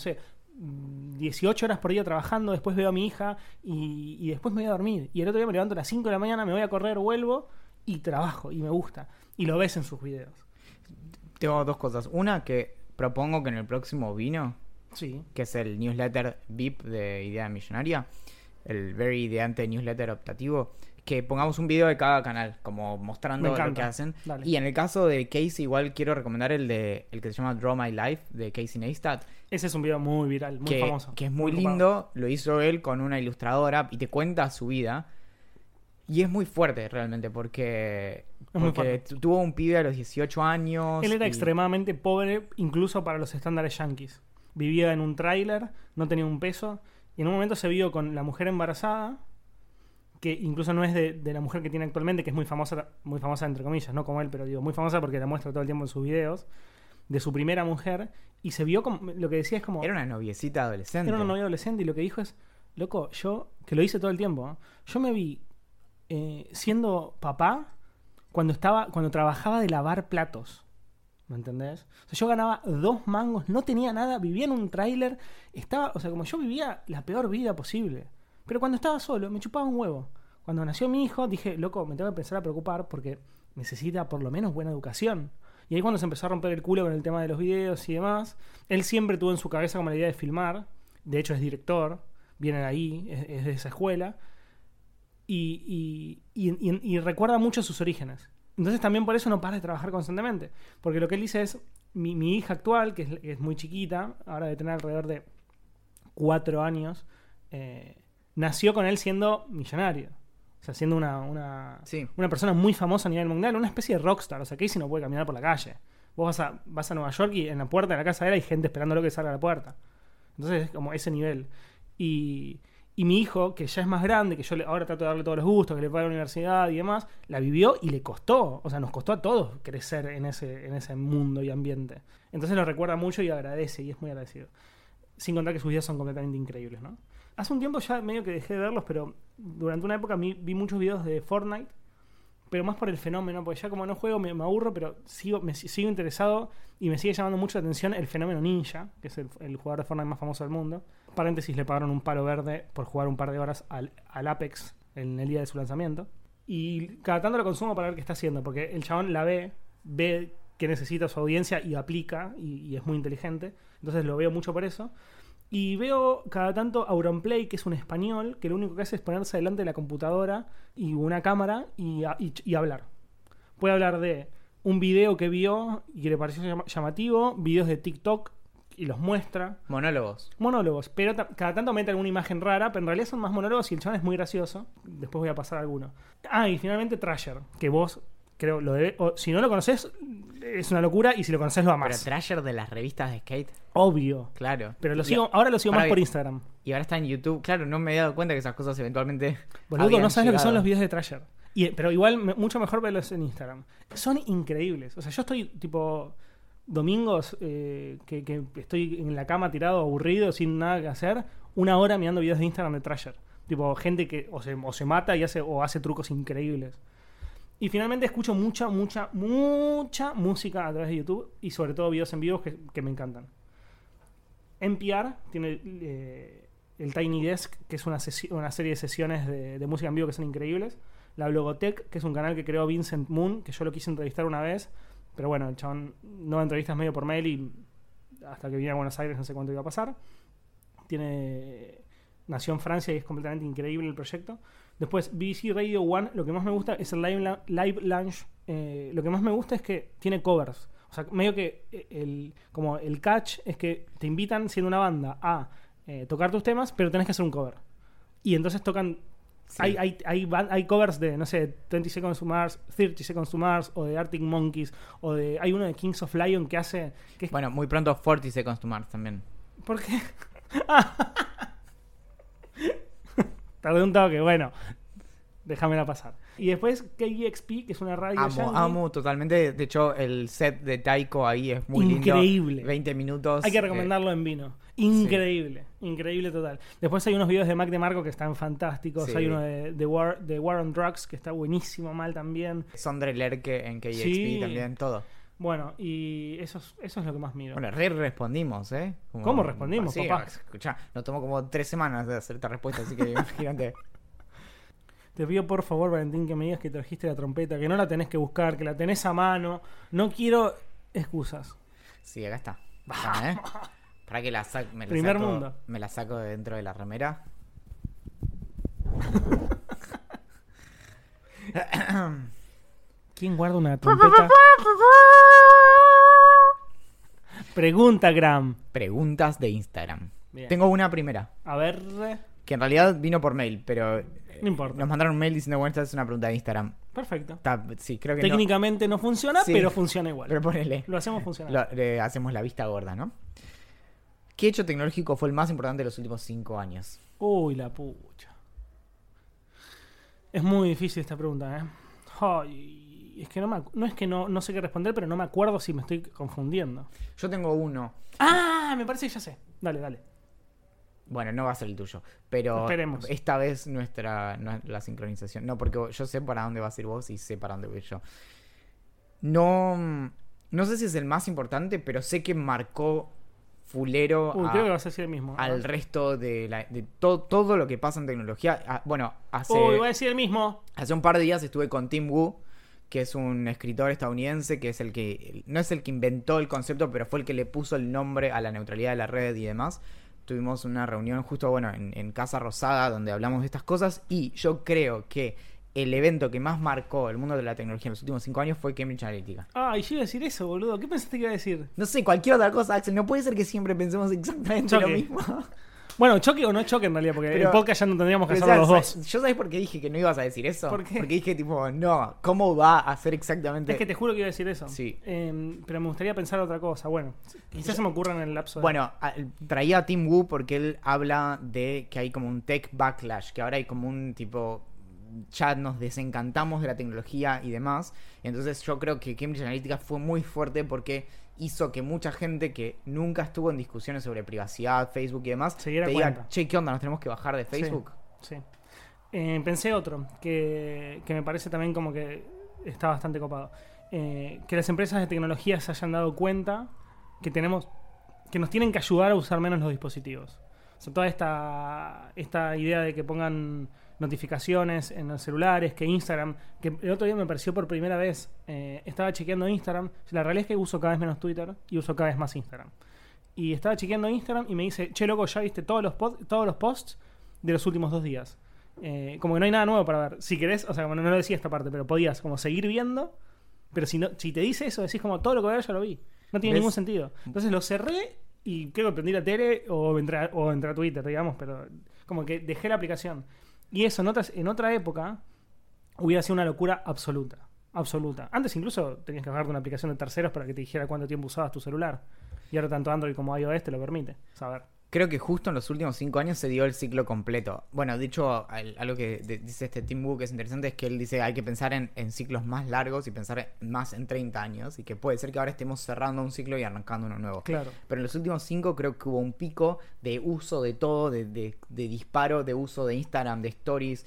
18 horas por día trabajando, después veo a mi hija y después me voy a dormir. Y el otro día me levanto a las 5 de la mañana, me voy a correr, vuelvo y trabajo y me gusta. Y lo ves en sus videos. Tengo 2 cosas. Una, que propongo que en el próximo Vino, sí, que es el newsletter VIP de Idea Millonaria, el very ideante newsletter optativo, que pongamos un video de cada canal, como mostrando lo que hacen. Dale. Y en el caso de Casey, igual quiero recomendar el que se llama Draw My Life, de Casey Neistat. Ese es un video muy viral, muy famoso. Que es muy lindo, lo hizo él con una ilustradora y te cuenta su vida. Y es muy fuerte realmente, porque tuvo un pibe a los 18 años. Él era extremadamente pobre, incluso para los estándares yankees. Vivía en un tráiler, no tenía un peso. Y en un momento se vio con la mujer embarazada, que incluso no es de la mujer que tiene actualmente, que es muy famosa entre comillas, no como él, pero muy famosa porque la muestra todo el tiempo en sus videos, de su primera mujer, y se vio como, lo que decía es como... Era una noviecita adolescente. Era una novia adolescente, y lo que dijo es, loco, yo, que lo hice todo el tiempo, yo me vi siendo papá cuando trabajaba de lavar platos. ¿Me entendés? O sea, yo ganaba 2 mangos, no tenía nada, vivía en un tráiler, estaba, o sea, como yo vivía la peor vida posible. Pero cuando estaba solo, me chupaba un huevo. Cuando nació mi hijo, dije, loco, me tengo que empezar a preocupar porque necesita por lo menos buena educación. Y ahí cuando se empezó a romper el culo con el tema de los videos y demás, él siempre tuvo en su cabeza como la idea de filmar. De hecho, es director, viene de ahí, es de esa escuela. Y recuerda mucho sus orígenes. Entonces también por eso no para de trabajar constantemente. Porque lo que él dice es, mi hija actual, que es muy chiquita, ahora de tener alrededor de 4 años, nació con él siendo millonario. O sea, siendo una persona muy famosa a nivel mundial, una especie de rockstar. O sea, Casey no puede caminar por la calle. Vos vas a Nueva York y en la puerta de la casa de él hay gente esperándolo que salga a la puerta. Entonces es como ese nivel. Y mi hijo, que ya es más grande, que yo ahora trato de darle todos los gustos, que le pague la universidad y demás, la vivió y le costó. O sea, nos costó a todos crecer en ese mundo y ambiente. Entonces lo recuerda mucho y agradece, y es muy agradecido. Sin contar que sus videos son completamente increíbles, ¿no? Hace un tiempo ya medio que dejé de verlos, pero durante una época vi muchos videos de Fortnite, pero más por el fenómeno, porque ya como no juego me aburro, pero sigo interesado y me sigue llamando mucho la atención el fenómeno Ninja, que es el jugador de Fortnite más famoso del mundo. Paréntesis, le pagaron un palo verde por jugar un par de horas al Apex en el día de su lanzamiento. Y cada tanto lo consumo para ver qué está haciendo, porque el chabón la ve que necesita su audiencia y aplica, y es muy inteligente. Entonces lo veo mucho por eso. Y veo cada tanto Auronplay, que es un español, que lo único que hace es ponerse delante de la computadora y una cámara y hablar. Puede hablar de un video que vio y que le pareció llamativo, videos de TikTok y los muestra. Monólogos, pero cada tanto mete alguna imagen rara, pero en realidad son más monólogos y el chaval es muy gracioso. Después voy a pasar a alguno. Y finalmente Trasher, que vos creo lo debe, o si no lo conoces es una locura, y si lo conoces lo amás. Pero Trasher de las revistas de skate. Obvio. Claro. Pero ahora lo sigo más por Instagram. Y ahora está en YouTube. Claro, no me había dado cuenta que esas cosas eventualmente. Boludo, no sabes lo que son los videos de Trasher. Pero igual, mucho mejor verlos en Instagram. Son increíbles. O sea, yo estoy tipo domingos que estoy en la cama tirado, aburrido, sin nada que hacer, 1 hora mirando videos de Instagram de Trasher. Tipo, gente que o se mata y hace trucos increíbles. Y finalmente escucho mucha música a través de YouTube, y sobre todo videos en vivo que me encantan. NPR tiene el Tiny Desk, que es una serie de sesiones de música en vivo que son increíbles. La Blogotech, que es un canal que creó Vincent Moon, que yo lo quise entrevistar una vez, pero bueno, el chabón no da entrevistas medio por mail, y hasta que vine a Buenos Aires no sé cuánto iba a pasar. Nació en Francia y es completamente increíble el proyecto. Después, BBC Radio 1, lo que más me gusta es el Live Lounge. Lo que más me gusta es que tiene covers. O sea, medio que el catch es que te invitan, siendo una banda, a tocar tus temas, pero tenés que hacer un cover. Y entonces tocan... Sí. Hay covers de, no sé, 20 Seconds to Mars, 30 Seconds to Mars, o de Arctic Monkeys, hay uno de Kings of Lion que hace... Bueno, muy pronto 40 Seconds to Mars también. ¿Por qué? Tardé un toque, bueno, déjamela pasar. Y después KEXP, que es una radio amo totalmente. De hecho, el set de Taiko ahí es muy increíble. Lindo. 20 minutos. Hay que recomendarlo en vino. Increíble, increíble total. Después hay unos videos de Mac DeMarco que están fantásticos. Sí. Hay uno de War on Drugs que está buenísimo, mal también. Sondre Lerche en KEXP también, todo. Bueno, y eso es lo que más miro. Bueno, respondimos, ¿eh? ¿Cómo respondimos, papá? Escuchá, nos tomó como 3 semanas de hacer esta respuesta, así que imagínate. Te pido por favor, Valentín, que me digas que trajiste la trompeta, que no la tenés que buscar, que la tenés a mano. No quiero excusas. Sí, acá está. Para que me la saco de dentro de la remera. ¿Quién guarda una trompeta? Pregunta, Gram. Preguntas de Instagram. Bien. Tengo una primera. A ver. Que en realidad vino por mail, pero... No importa. Nos mandaron un mail diciendo, bueno, esta es una pregunta de Instagram. Perfecto. Sí, creo que técnicamente no funciona, sí, pero funciona igual. Pero ponele. Lo hacemos funcionar. Le hacemos la vista gorda, ¿no? ¿Qué hecho tecnológico fue el más importante de los últimos 5 años? Uy, la pucha. Es muy difícil esta pregunta, ¿eh? Ay, es que no es que no sé qué responder, pero no me acuerdo si me estoy confundiendo. Yo tengo uno. Me parece que ya sé. Dale. Bueno, no va a ser el tuyo, pero esperemos. Esta vez no es la sincronización. No, porque yo sé para dónde vas a ir vos y sé para dónde voy yo. No no sé si es el más importante, pero sé que marcó fulero Creo que vas a decir el mismo. al resto de todo lo que pasa en tecnología. Bueno, Voy a decir el mismo. hace un par de días estuve con Tim Wu, que es un escritor estadounidense, que es el que, no es el que inventó el concepto, pero fue el que le puso el nombre a la neutralidad de la red y demás. Tuvimos una reunión justo, bueno, en Casa Rosada, donde hablamos de estas cosas, y yo creo que el evento que más marcó el mundo de la tecnología en los últimos 5 años fue Cambridge Analytica. Y yo iba a decir eso, boludo. ¿Qué pensaste que iba a decir? No sé, cualquier otra cosa, Axel. No puede ser que siempre pensemos exactamente Choque. lo mismo. Bueno, choque o no choque en realidad, porque Pero- el podcast ya no tendríamos que Pero, hacerlo los ¿sabes? dos. ¿Yo sabés por qué dije que no ibas a decir eso? ¿Por qué? Porque dije, tipo, no, ¿cómo va a ser exactamente? Es que te juro que iba a decir eso. Sí. Pero me gustaría pensar otra cosa. Bueno, quizás se me ocurra en el lapso de... Bueno, traía a Tim Wu porque él habla de que hay como un tech backlash, que ahora hay como un tipo, ya nos desencantamos de la tecnología y demás. Entonces yo creo que Cambridge Analytica fue muy fuerte porque hizo que mucha gente que nunca estuvo en discusiones sobre privacidad, Facebook y demás, Se diera te diga, cuenta. che, ¿qué onda? ¿Nos tenemos que bajar de Facebook? Sí. Pensé otro, que me parece también como que está bastante copado. Que las empresas de tecnología se hayan dado cuenta que nos tienen que ayudar a usar menos los dispositivos. O sea, toda esta idea de que pongan notificaciones en los celulares, que Instagram, que el otro día me apareció por primera vez, estaba chequeando Instagram. La realidad es que uso cada vez menos Twitter y uso cada vez más Instagram. Y estaba chequeando Instagram y me dice, che, loco, ya viste todos los posts de los últimos 2 días. Como que no hay nada nuevo para ver. Si querés, o sea, como no lo decía esta parte, pero podías como seguir viendo, pero si te dice eso, decís como todo lo que voy a ver ya lo vi. No tiene ¿Ves? ningún sentido. Entonces lo cerré y creo que prendí la tele o entré a Twitter, digamos, pero como que dejé la aplicación. Y eso en otra época hubiera sido una locura absoluta. Absoluta. Antes incluso tenías que bajarte una aplicación de terceros para que te dijera cuánto tiempo usabas tu celular. Y ahora tanto Android como iOS te lo permite saber. Creo que justo en los últimos 5 años se dio el ciclo completo. Bueno, de hecho, algo que dice este Tim Wu que es interesante es que él dice hay que pensar en ciclos más largos y pensar más en 30 años y que puede ser que ahora estemos cerrando un ciclo y arrancando uno nuevo. Claro. Pero en los últimos 5 creo que hubo un pico de uso de todo, de disparo, de uso de Instagram, de stories,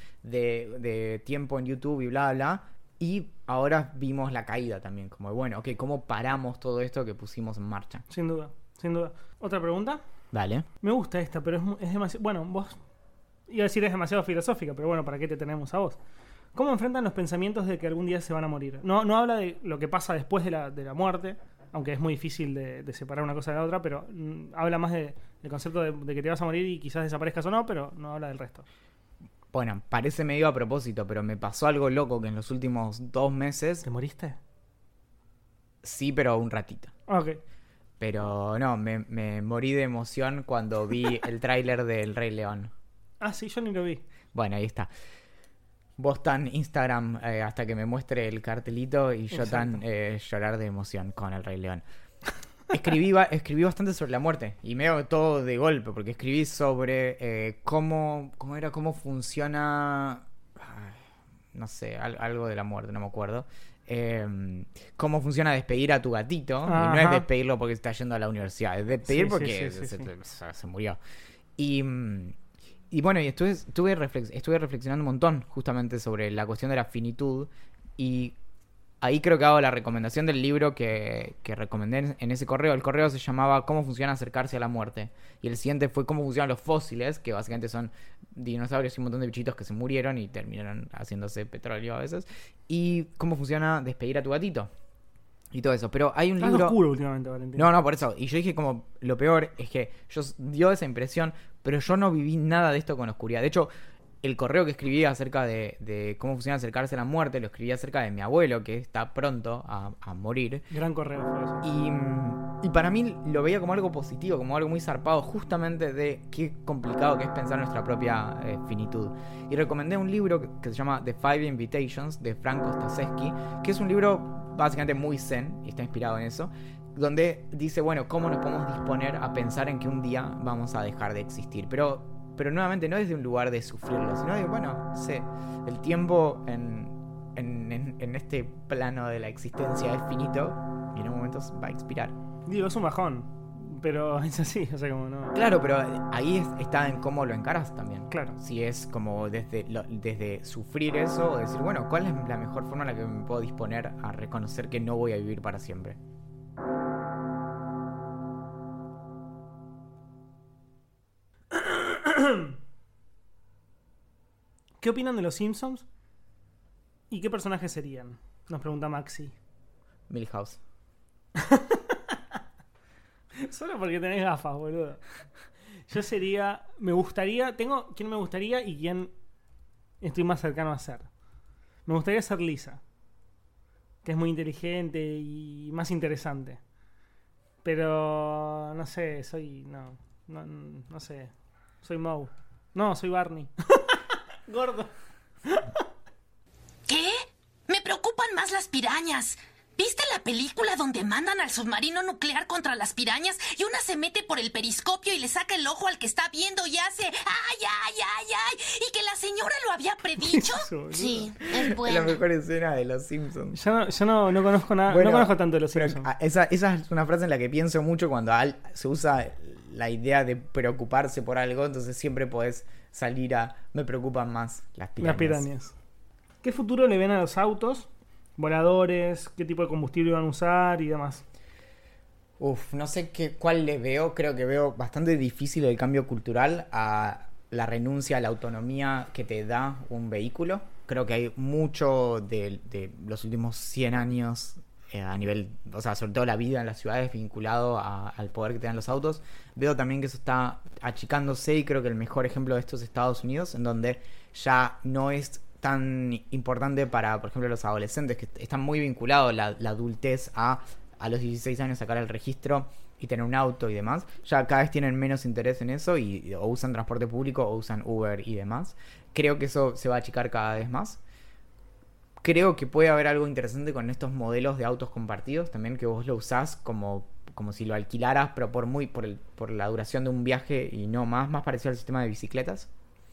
de tiempo en YouTube y bla, bla. Y ahora vimos la caída también, como bueno, ok, ¿cómo paramos todo esto que pusimos en marcha? Sin duda, sin duda. ¿Otra pregunta? Dale. Me gusta esta, pero es demasiado... Bueno, vos... Iba a decir es demasiado filosófica, pero bueno, ¿para qué te tenemos a vos? ¿Cómo enfrentan los pensamientos de que algún día se van a morir? No habla de lo que pasa después de la muerte, aunque es muy difícil de separar una cosa de la otra, pero habla más del concepto de que te vas a morir y quizás desaparezcas o no, pero no habla del resto. Bueno, parece medio a propósito, pero me pasó algo loco que en los últimos 2 meses... ¿Te moriste? Sí, pero un ratito. Ok. Pero no, me morí de emoción cuando vi el tráiler del Rey León. Sí, yo ni lo vi. Bueno, ahí está. Vos tan Instagram hasta que me muestre el cartelito y yo tan llorar de emoción con el Rey León. Escribí bastante sobre la muerte y medio todo de golpe, porque escribí sobre cómo funciona, no sé, algo de la muerte, no me acuerdo. Cómo funciona despedir a tu gatito. Ajá. Y no es despedirlo porque está yendo a la universidad, es despedir Sí, porque sí. se murió. Y bueno, y estuve reflexionando un montón justamente sobre la cuestión de la finitud. Y ahí creo que hago la recomendación del libro que recomendé en ese correo. El correo se llamaba ¿Cómo funciona acercarse a la muerte? Y el siguiente fue ¿Cómo funcionan los fósiles? Que básicamente son dinosaurios y un montón de bichitos que se murieron y terminaron haciéndose petróleo a veces. Y ¿Cómo funciona despedir a tu gatito? Y todo eso. Pero hay un Estás libro... oscuro últimamente, Valentín. No, por eso. Y yo dije como, lo peor es que yo dio esa impresión, pero yo no viví nada de esto con oscuridad. De hecho, el correo que escribí acerca de cómo funciona acercarse a la muerte, lo escribí acerca de mi abuelo, que está pronto a morir. Gran correo fue eso. Y para mí lo veía como algo positivo, como algo muy zarpado, justamente de qué complicado que es pensar nuestra propia finitud. Y recomendé un libro que se llama The Five Invitations, de Frank Ostaseski, que es un libro básicamente muy zen, y está inspirado en eso, donde dice, bueno, cómo nos podemos disponer a pensar en que un día vamos a dejar de existir. Pero nuevamente no desde un lugar de sufrirlo, sino de, bueno, no sé, el tiempo en este plano de la existencia es finito y en un momento va a expirar. Digo, es un bajón, pero es así, o sea, como no... Claro, pero ahí está en cómo lo encaras también. Claro. Si es como desde sufrir eso o decir, bueno, ¿cuál es la mejor forma en la que me puedo disponer a reconocer que no voy a vivir para siempre? ¿Qué opinan de los Simpsons? ¿Y qué personajes serían? Nos pregunta Maxi. Milhouse. Solo porque tenés gafas, boludo. Yo sería... Me gustaría... Tengo quién me gustaría y quién estoy más cercano a ser. Me gustaría ser Lisa. Que es muy inteligente y más interesante. Pero... No sé, soy... No sé. Soy Moe. No, soy Barney. Gordo. ¿Qué? Me preocupan más las pirañas. ¿Viste la película donde mandan al submarino nuclear contra las pirañas y una se mete por el periscopio y le saca el ojo al que está viendo y hace ¡ay, ay, ay, ay! ¿Y que la señora lo había predicho? Sí, es Es la bueno. mejor escena de Los Simpsons. Yo no conozco nada. Bueno, no conozco tanto de los pero Simpsons. esa es una frase en la que pienso mucho cuando se usa la idea de preocuparse por algo, entonces siempre podés salir a me preocupan más las pirañas. Las pirañas. ¿Qué futuro le ven a los autos? Voladores, qué tipo de combustible van a usar y demás. No sé cuál le veo. Creo que veo bastante difícil el cambio cultural a la renuncia a la autonomía que te da un vehículo. Creo que hay mucho de los últimos 100 años a nivel, o sea, sobre todo la vida en las ciudades vinculado al poder que te dan los autos. Veo también que eso está achicándose y creo que el mejor ejemplo de esto es Estados Unidos, en donde ya no es tan importante para, por ejemplo, los adolescentes, que están muy vinculados la adultez a los 16 años sacar el registro y tener un auto y demás. Ya cada vez tienen menos interés en eso y o usan transporte público o usan Uber y demás. Creo que eso se va a achicar cada vez más. Creo que puede haber algo interesante con estos modelos de autos compartidos también, que vos lo usás como si lo alquilaras, pero por la duración de un viaje y no más parecido al sistema de bicicletas.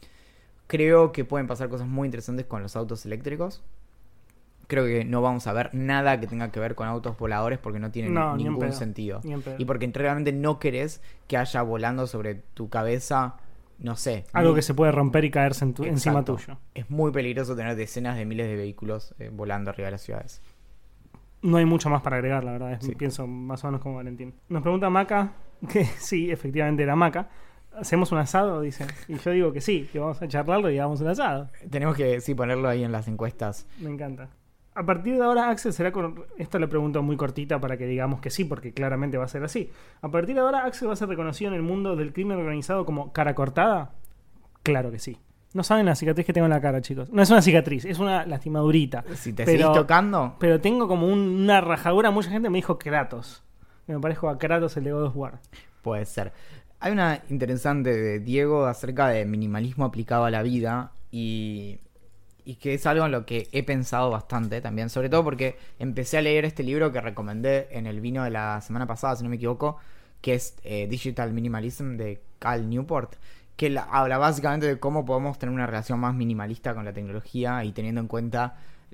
Creo que pueden pasar cosas muy interesantes con los autos eléctricos. Creo que no vamos a ver nada que tenga que ver con autos voladores porque no tiene Ni en ningún pedo. sentido. Ni en pedo. Y porque realmente no querés que haya volando sobre tu cabeza, no sé. Algo que se puede romper y caerse encima Exacto. tuyo. Es muy peligroso tener decenas de miles de vehículos volando arriba de las ciudades. No hay mucho más para agregar, la verdad. Sí. Pienso más o menos como Valentín. Nos pregunta Maca, que sí, efectivamente era Maca. ¿Hacemos un asado? Dice. Y yo digo que sí, que vamos a charlarlo y hagamos un asado. Tenemos que ponerlo ahí en las encuestas. Me encanta. A partir de ahora, Axel será con... Esto le pregunto muy cortita para que digamos que sí, porque claramente va a ser así. A partir de ahora, ¿Axel va a ser reconocido en el mundo del crimen organizado como cara cortada? Claro que sí. No saben la cicatriz que tengo en la cara, chicos. No es una cicatriz, es una lastimadurita. Si te Pero- seguís tocando, Pero tengo como una rajadura. Mucha gente me dijo Kratos. Que me parezco a Kratos, el de God of War. puede ser. Hay una interesante de Diego acerca de minimalismo aplicado a la vida y que es algo en lo que he pensado bastante también, sobre todo porque empecé a leer este libro que recomendé en el vino de la semana pasada, si no me equivoco, que es Digital Minimalism de Cal Newport, que habla básicamente de cómo podemos tener una relación más minimalista con la tecnología y teniendo en cuenta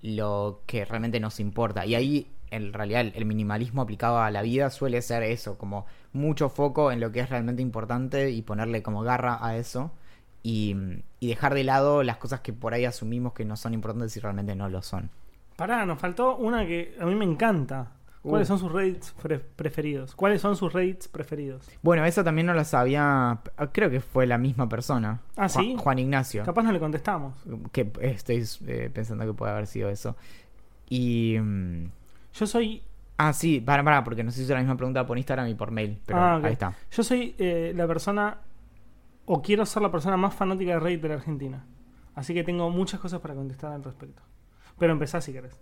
lo que realmente nos importa. Y ahí, en realidad, el minimalismo aplicado a la vida suele ser eso, como mucho foco en lo que es realmente importante y ponerle como garra a eso y dejar de lado las cosas que por ahí asumimos que no son importantes y realmente no lo son. Pará, nos faltó una que a mí me encanta. ¿Cuáles son sus Reddits preferidos? ¿Cuáles son sus Reddits preferidos? Bueno, eso también no lo sabía, creo que fue la misma persona. Ah, ¿sí? Juan Ignacio. Capaz no le contestamos. Que estoy pensando que puede haber sido eso. Y... Yo soy sí, para, porque nos hizo la misma pregunta por Instagram y por mail, pero ok. ahí está. Yo soy la persona, o quiero ser la persona más fanática de Reddit de la Argentina. Así que tengo muchas cosas para contestar al respecto. Pero empezá si querés.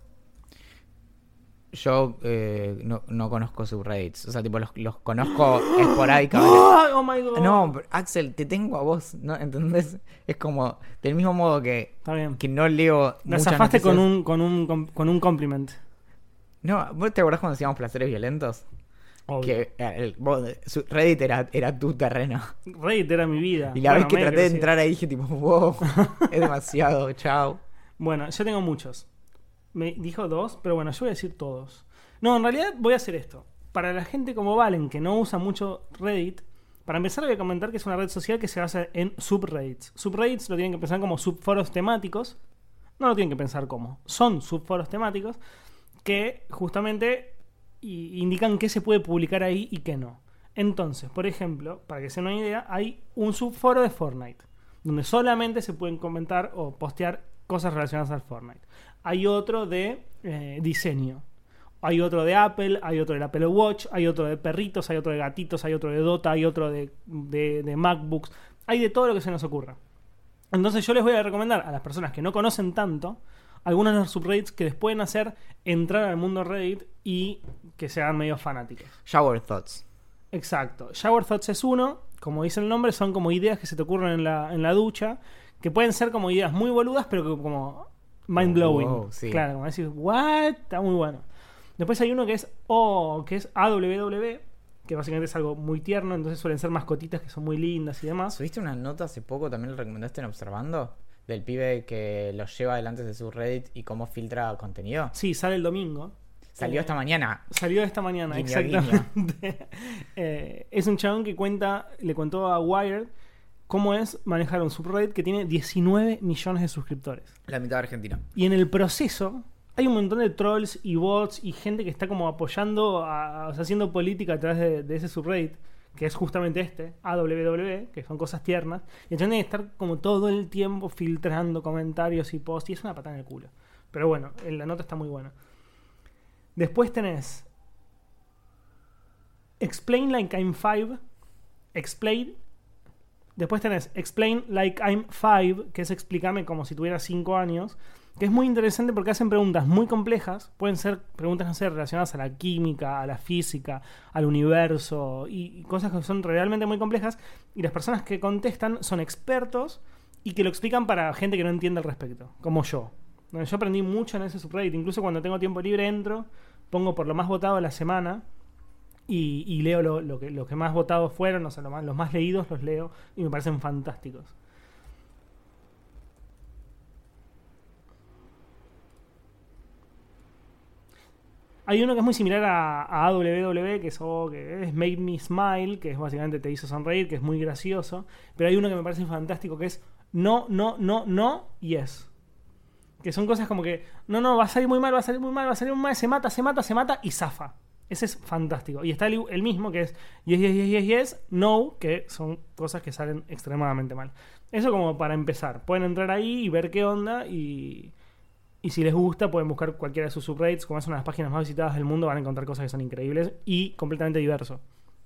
Yo no conozco subreddits, o sea, tipo los conozco esporádicamente. ¡Oh, my God! No, pero, Axel, te tengo a vos, ¿no? ¿Entendés? Es como, del mismo modo que Está bien. no leo La muchas zafaste noticias. con un compliment. No, ¿vos te acordás cuando hacíamos placeres violentos? Obvio. Que Reddit era tu terreno. Reddit era mi vida. Y la Bueno, vez que medio traté de sí. entrar ahí dije tipo, wow, es demasiado, chao. Bueno, yo tengo muchos. Me dijo 2, pero bueno, yo voy a decir todos. No, en realidad voy a hacer esto. Para la gente como Valen, que no usa mucho Reddit, para empezar voy a comentar que es una red social que se basa en subreddits. Subreddits lo tienen que pensar como subforos temáticos. No lo tienen que pensar como. Son subforos temáticos que justamente indican qué se puede publicar ahí y qué no. Entonces, por ejemplo, para que se den una idea, hay un subforo de Fortnite, donde solamente se pueden comentar o postear cosas relacionadas al Fortnite. Hay otro de diseño. Hay otro de Apple, hay otro del Apple Watch, hay otro de perritos, hay otro de gatitos, hay otro de Dota, hay otro de MacBooks. Hay de todo lo que se nos ocurra. Entonces yo les voy a recomendar a las personas que no conocen tanto algunos de los subreddits que les pueden hacer entrar al mundo Reddit y que sean medio fanáticos. Shower Thoughts. Exacto. Shower Thoughts es uno. Como dice el nombre, son como ideas que se te ocurren en la ducha, que pueden ser como ideas muy boludas, pero que como mind-blowing. Wow, sí. Claro, como decir, ¿what? Está muy bueno. Después hay uno que es AWW, que básicamente es algo muy tierno, entonces suelen ser mascotitas que son muy lindas y demás. ¿Subiste una nota hace poco, también lo recomendaste en Observando? Del pibe que lo lleva delante de su Reddit y cómo filtra contenido. Sí, sale el domingo. Salió esta mañana. Salió esta mañana, Guiño, exactamente. Es un chabón que le contó a Wired cómo es manejar un subreddit que tiene 19 millones de suscriptores. La mitad de Argentina. Y en el proceso hay un montón de trolls y bots y gente que está como apoyando, o sea, haciendo política a través de ese subreddit, que es justamente este, AWW, que son cosas tiernas. Y tienen que estar como todo el tiempo filtrando comentarios y posts, y es una patada en el culo. Pero bueno, la nota está muy buena. Después tenés Explain Like I'm 5. Después tenés Explain Like I'm 5, que es explícame como si tuviera 5 años. Que es muy interesante porque hacen preguntas muy complejas. Pueden ser preguntas, no sé, relacionadas a la química, a la física, al universo y cosas que son realmente muy complejas. Y las personas que contestan son expertos y que lo explican para gente que no entiende al respecto, como yo. Yo aprendí mucho en ese subreddit. Incluso cuando tengo tiempo libre entro, pongo por lo más votado de la semana y leo lo que más votados fueron, o sea, los más leídos los leo y me parecen fantásticos. Hay uno que es muy similar a AWW, que es Made Me Smile, que es básicamente te hizo sonreír, que es muy gracioso. Pero hay uno que me parece fantástico, que es no, yes. Que son cosas como que, no, va a salir muy mal, se mata y zafa. Ese es fantástico. Y está el mismo, que es yes, no, que son cosas que salen extremadamente mal. Eso como para empezar. Pueden entrar ahí y ver qué onda y si les gusta pueden buscar cualquiera de sus subreddits. Como es una de las páginas más visitadas del mundo, van a encontrar cosas que son increíbles y completamente diverso.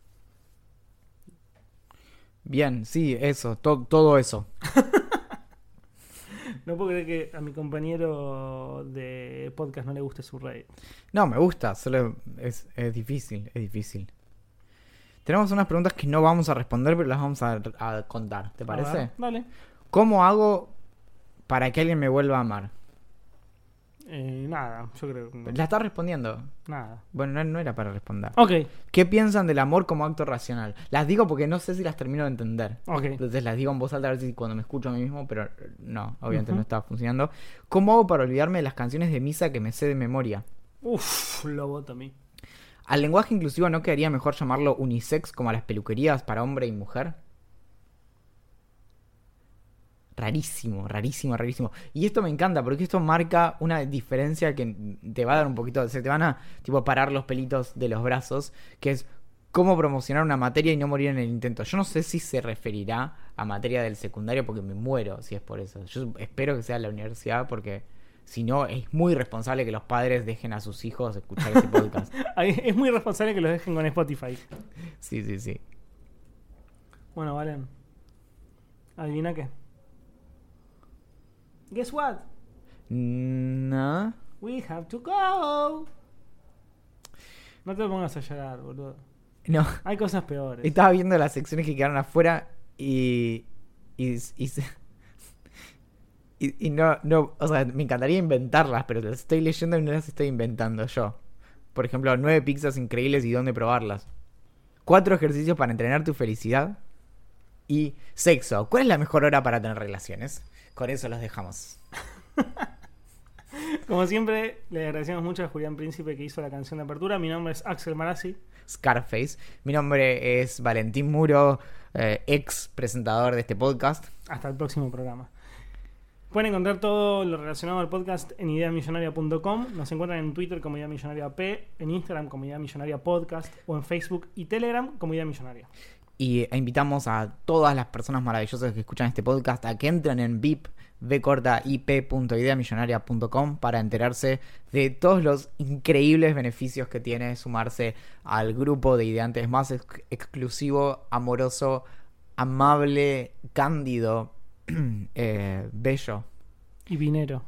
Bien, sí, eso, todo eso. No puedo creer que a mi compañero de podcast no le guste subreddit. No, me gusta, solo es difícil, Tenemos unas preguntas que no vamos a responder, pero las vamos a contar, ¿te parece? Ver, dale. ¿Cómo hago para que alguien me vuelva a amar? Nada, yo creo que no. ¿La estás respondiendo? Nada. Bueno, no era para responder. Ok. ¿Qué piensan del amor como acto racional? Las digo porque no sé si las termino de entender. Ok. Entonces las digo en voz alta a ver si cuando me escucho a mí mismo, pero no, obviamente no estaba funcionando. ¿Cómo hago para olvidarme de las canciones de misa que me sé de memoria? Uf, lo voto a mí. ¿Al lenguaje inclusivo no quedaría mejor llamarlo unisex como a las peluquerías para hombre y mujer? Rarísimo. Y esto me encanta porque esto marca una diferencia que te va a dar un poquito, se te van a tipo parar los pelitos de los brazos, que es cómo promocionar una materia y no morir en el intento. Yo no sé si se referirá a materia del secundario porque me muero si es por eso. Yo espero que sea la universidad porque si no es muy irresponsable que los padres dejen a sus hijos escuchar este podcast. Es muy responsable que los dejen con Spotify. Sí. Bueno, Valen. ¿Adivina qué? Guess what? No. We have to go. No te pongas a llorar, boludo. No. Hay cosas peores. Estaba viendo las secciones que quedaron afuera y no, o sea, me encantaría inventarlas, pero las estoy leyendo y no las estoy inventando yo. Por ejemplo, 9 pizzas increíbles y dónde probarlas. 4 ejercicios para entrenar tu felicidad. Y sexo. ¿Cuál es la mejor hora para tener relaciones? Con eso los dejamos. Como siempre, le agradecemos mucho a Julián Príncipe que hizo la canción de apertura. Mi nombre es Axel Marazzi. Scarface. Mi nombre es Valentín Muro, ex presentador de este podcast. Hasta el próximo programa. Pueden encontrar todo lo relacionado al podcast en ideamillonaria.com. Nos encuentran en Twitter como Idea Millonaria P, en Instagram como Idea Millonaria Podcast o en Facebook y Telegram como Idea Millonaria. Y invitamos a todas las personas maravillosas que escuchan este podcast a que entren en ip.ideamillonaria.com para enterarse de todos los increíbles beneficios que tiene sumarse al grupo de ideantes más exclusivo, amoroso, amable, cándido, bello. Y vinero.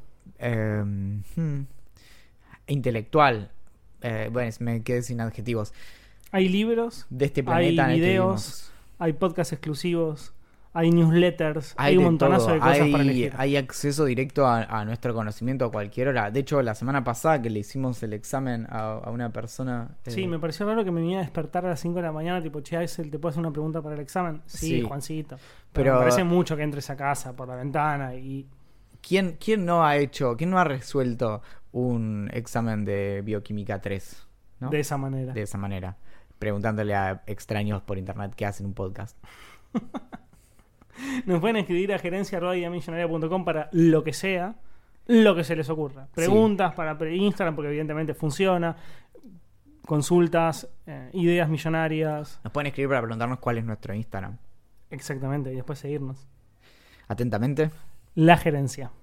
Intelectual. Bueno, me quedé sin adjetivos. Hay libros, De este planeta hay en el que videos, vivimos. hay podcasts exclusivos, hay newsletters, hay de un montonazo todo. de cosas para elegir. Hay acceso directo a nuestro conocimiento a cualquier hora. De hecho, la semana pasada que le hicimos el examen a una persona... Sí, me pareció raro que me viniera a despertar a las 5 de la mañana, tipo, che, ¿te puedo hacer una pregunta para el examen? Sí, Sí. Juancito. Pero- Me parece mucho que entres a casa por la ventana y... ¿Quién no ha resuelto un examen de bioquímica 3? ¿No? de esa manera. De esa manera. Preguntándole a extraños por internet que hacen un podcast. Nos pueden escribir a gerencia@ideamillonaria.com para lo que sea, lo que se les ocurra. Preguntas para Instagram, porque evidentemente funciona. Consultas, ideas millonarias. Nos pueden escribir para preguntarnos cuál es nuestro Instagram. Exactamente, y después seguirnos. Atentamente. La gerencia.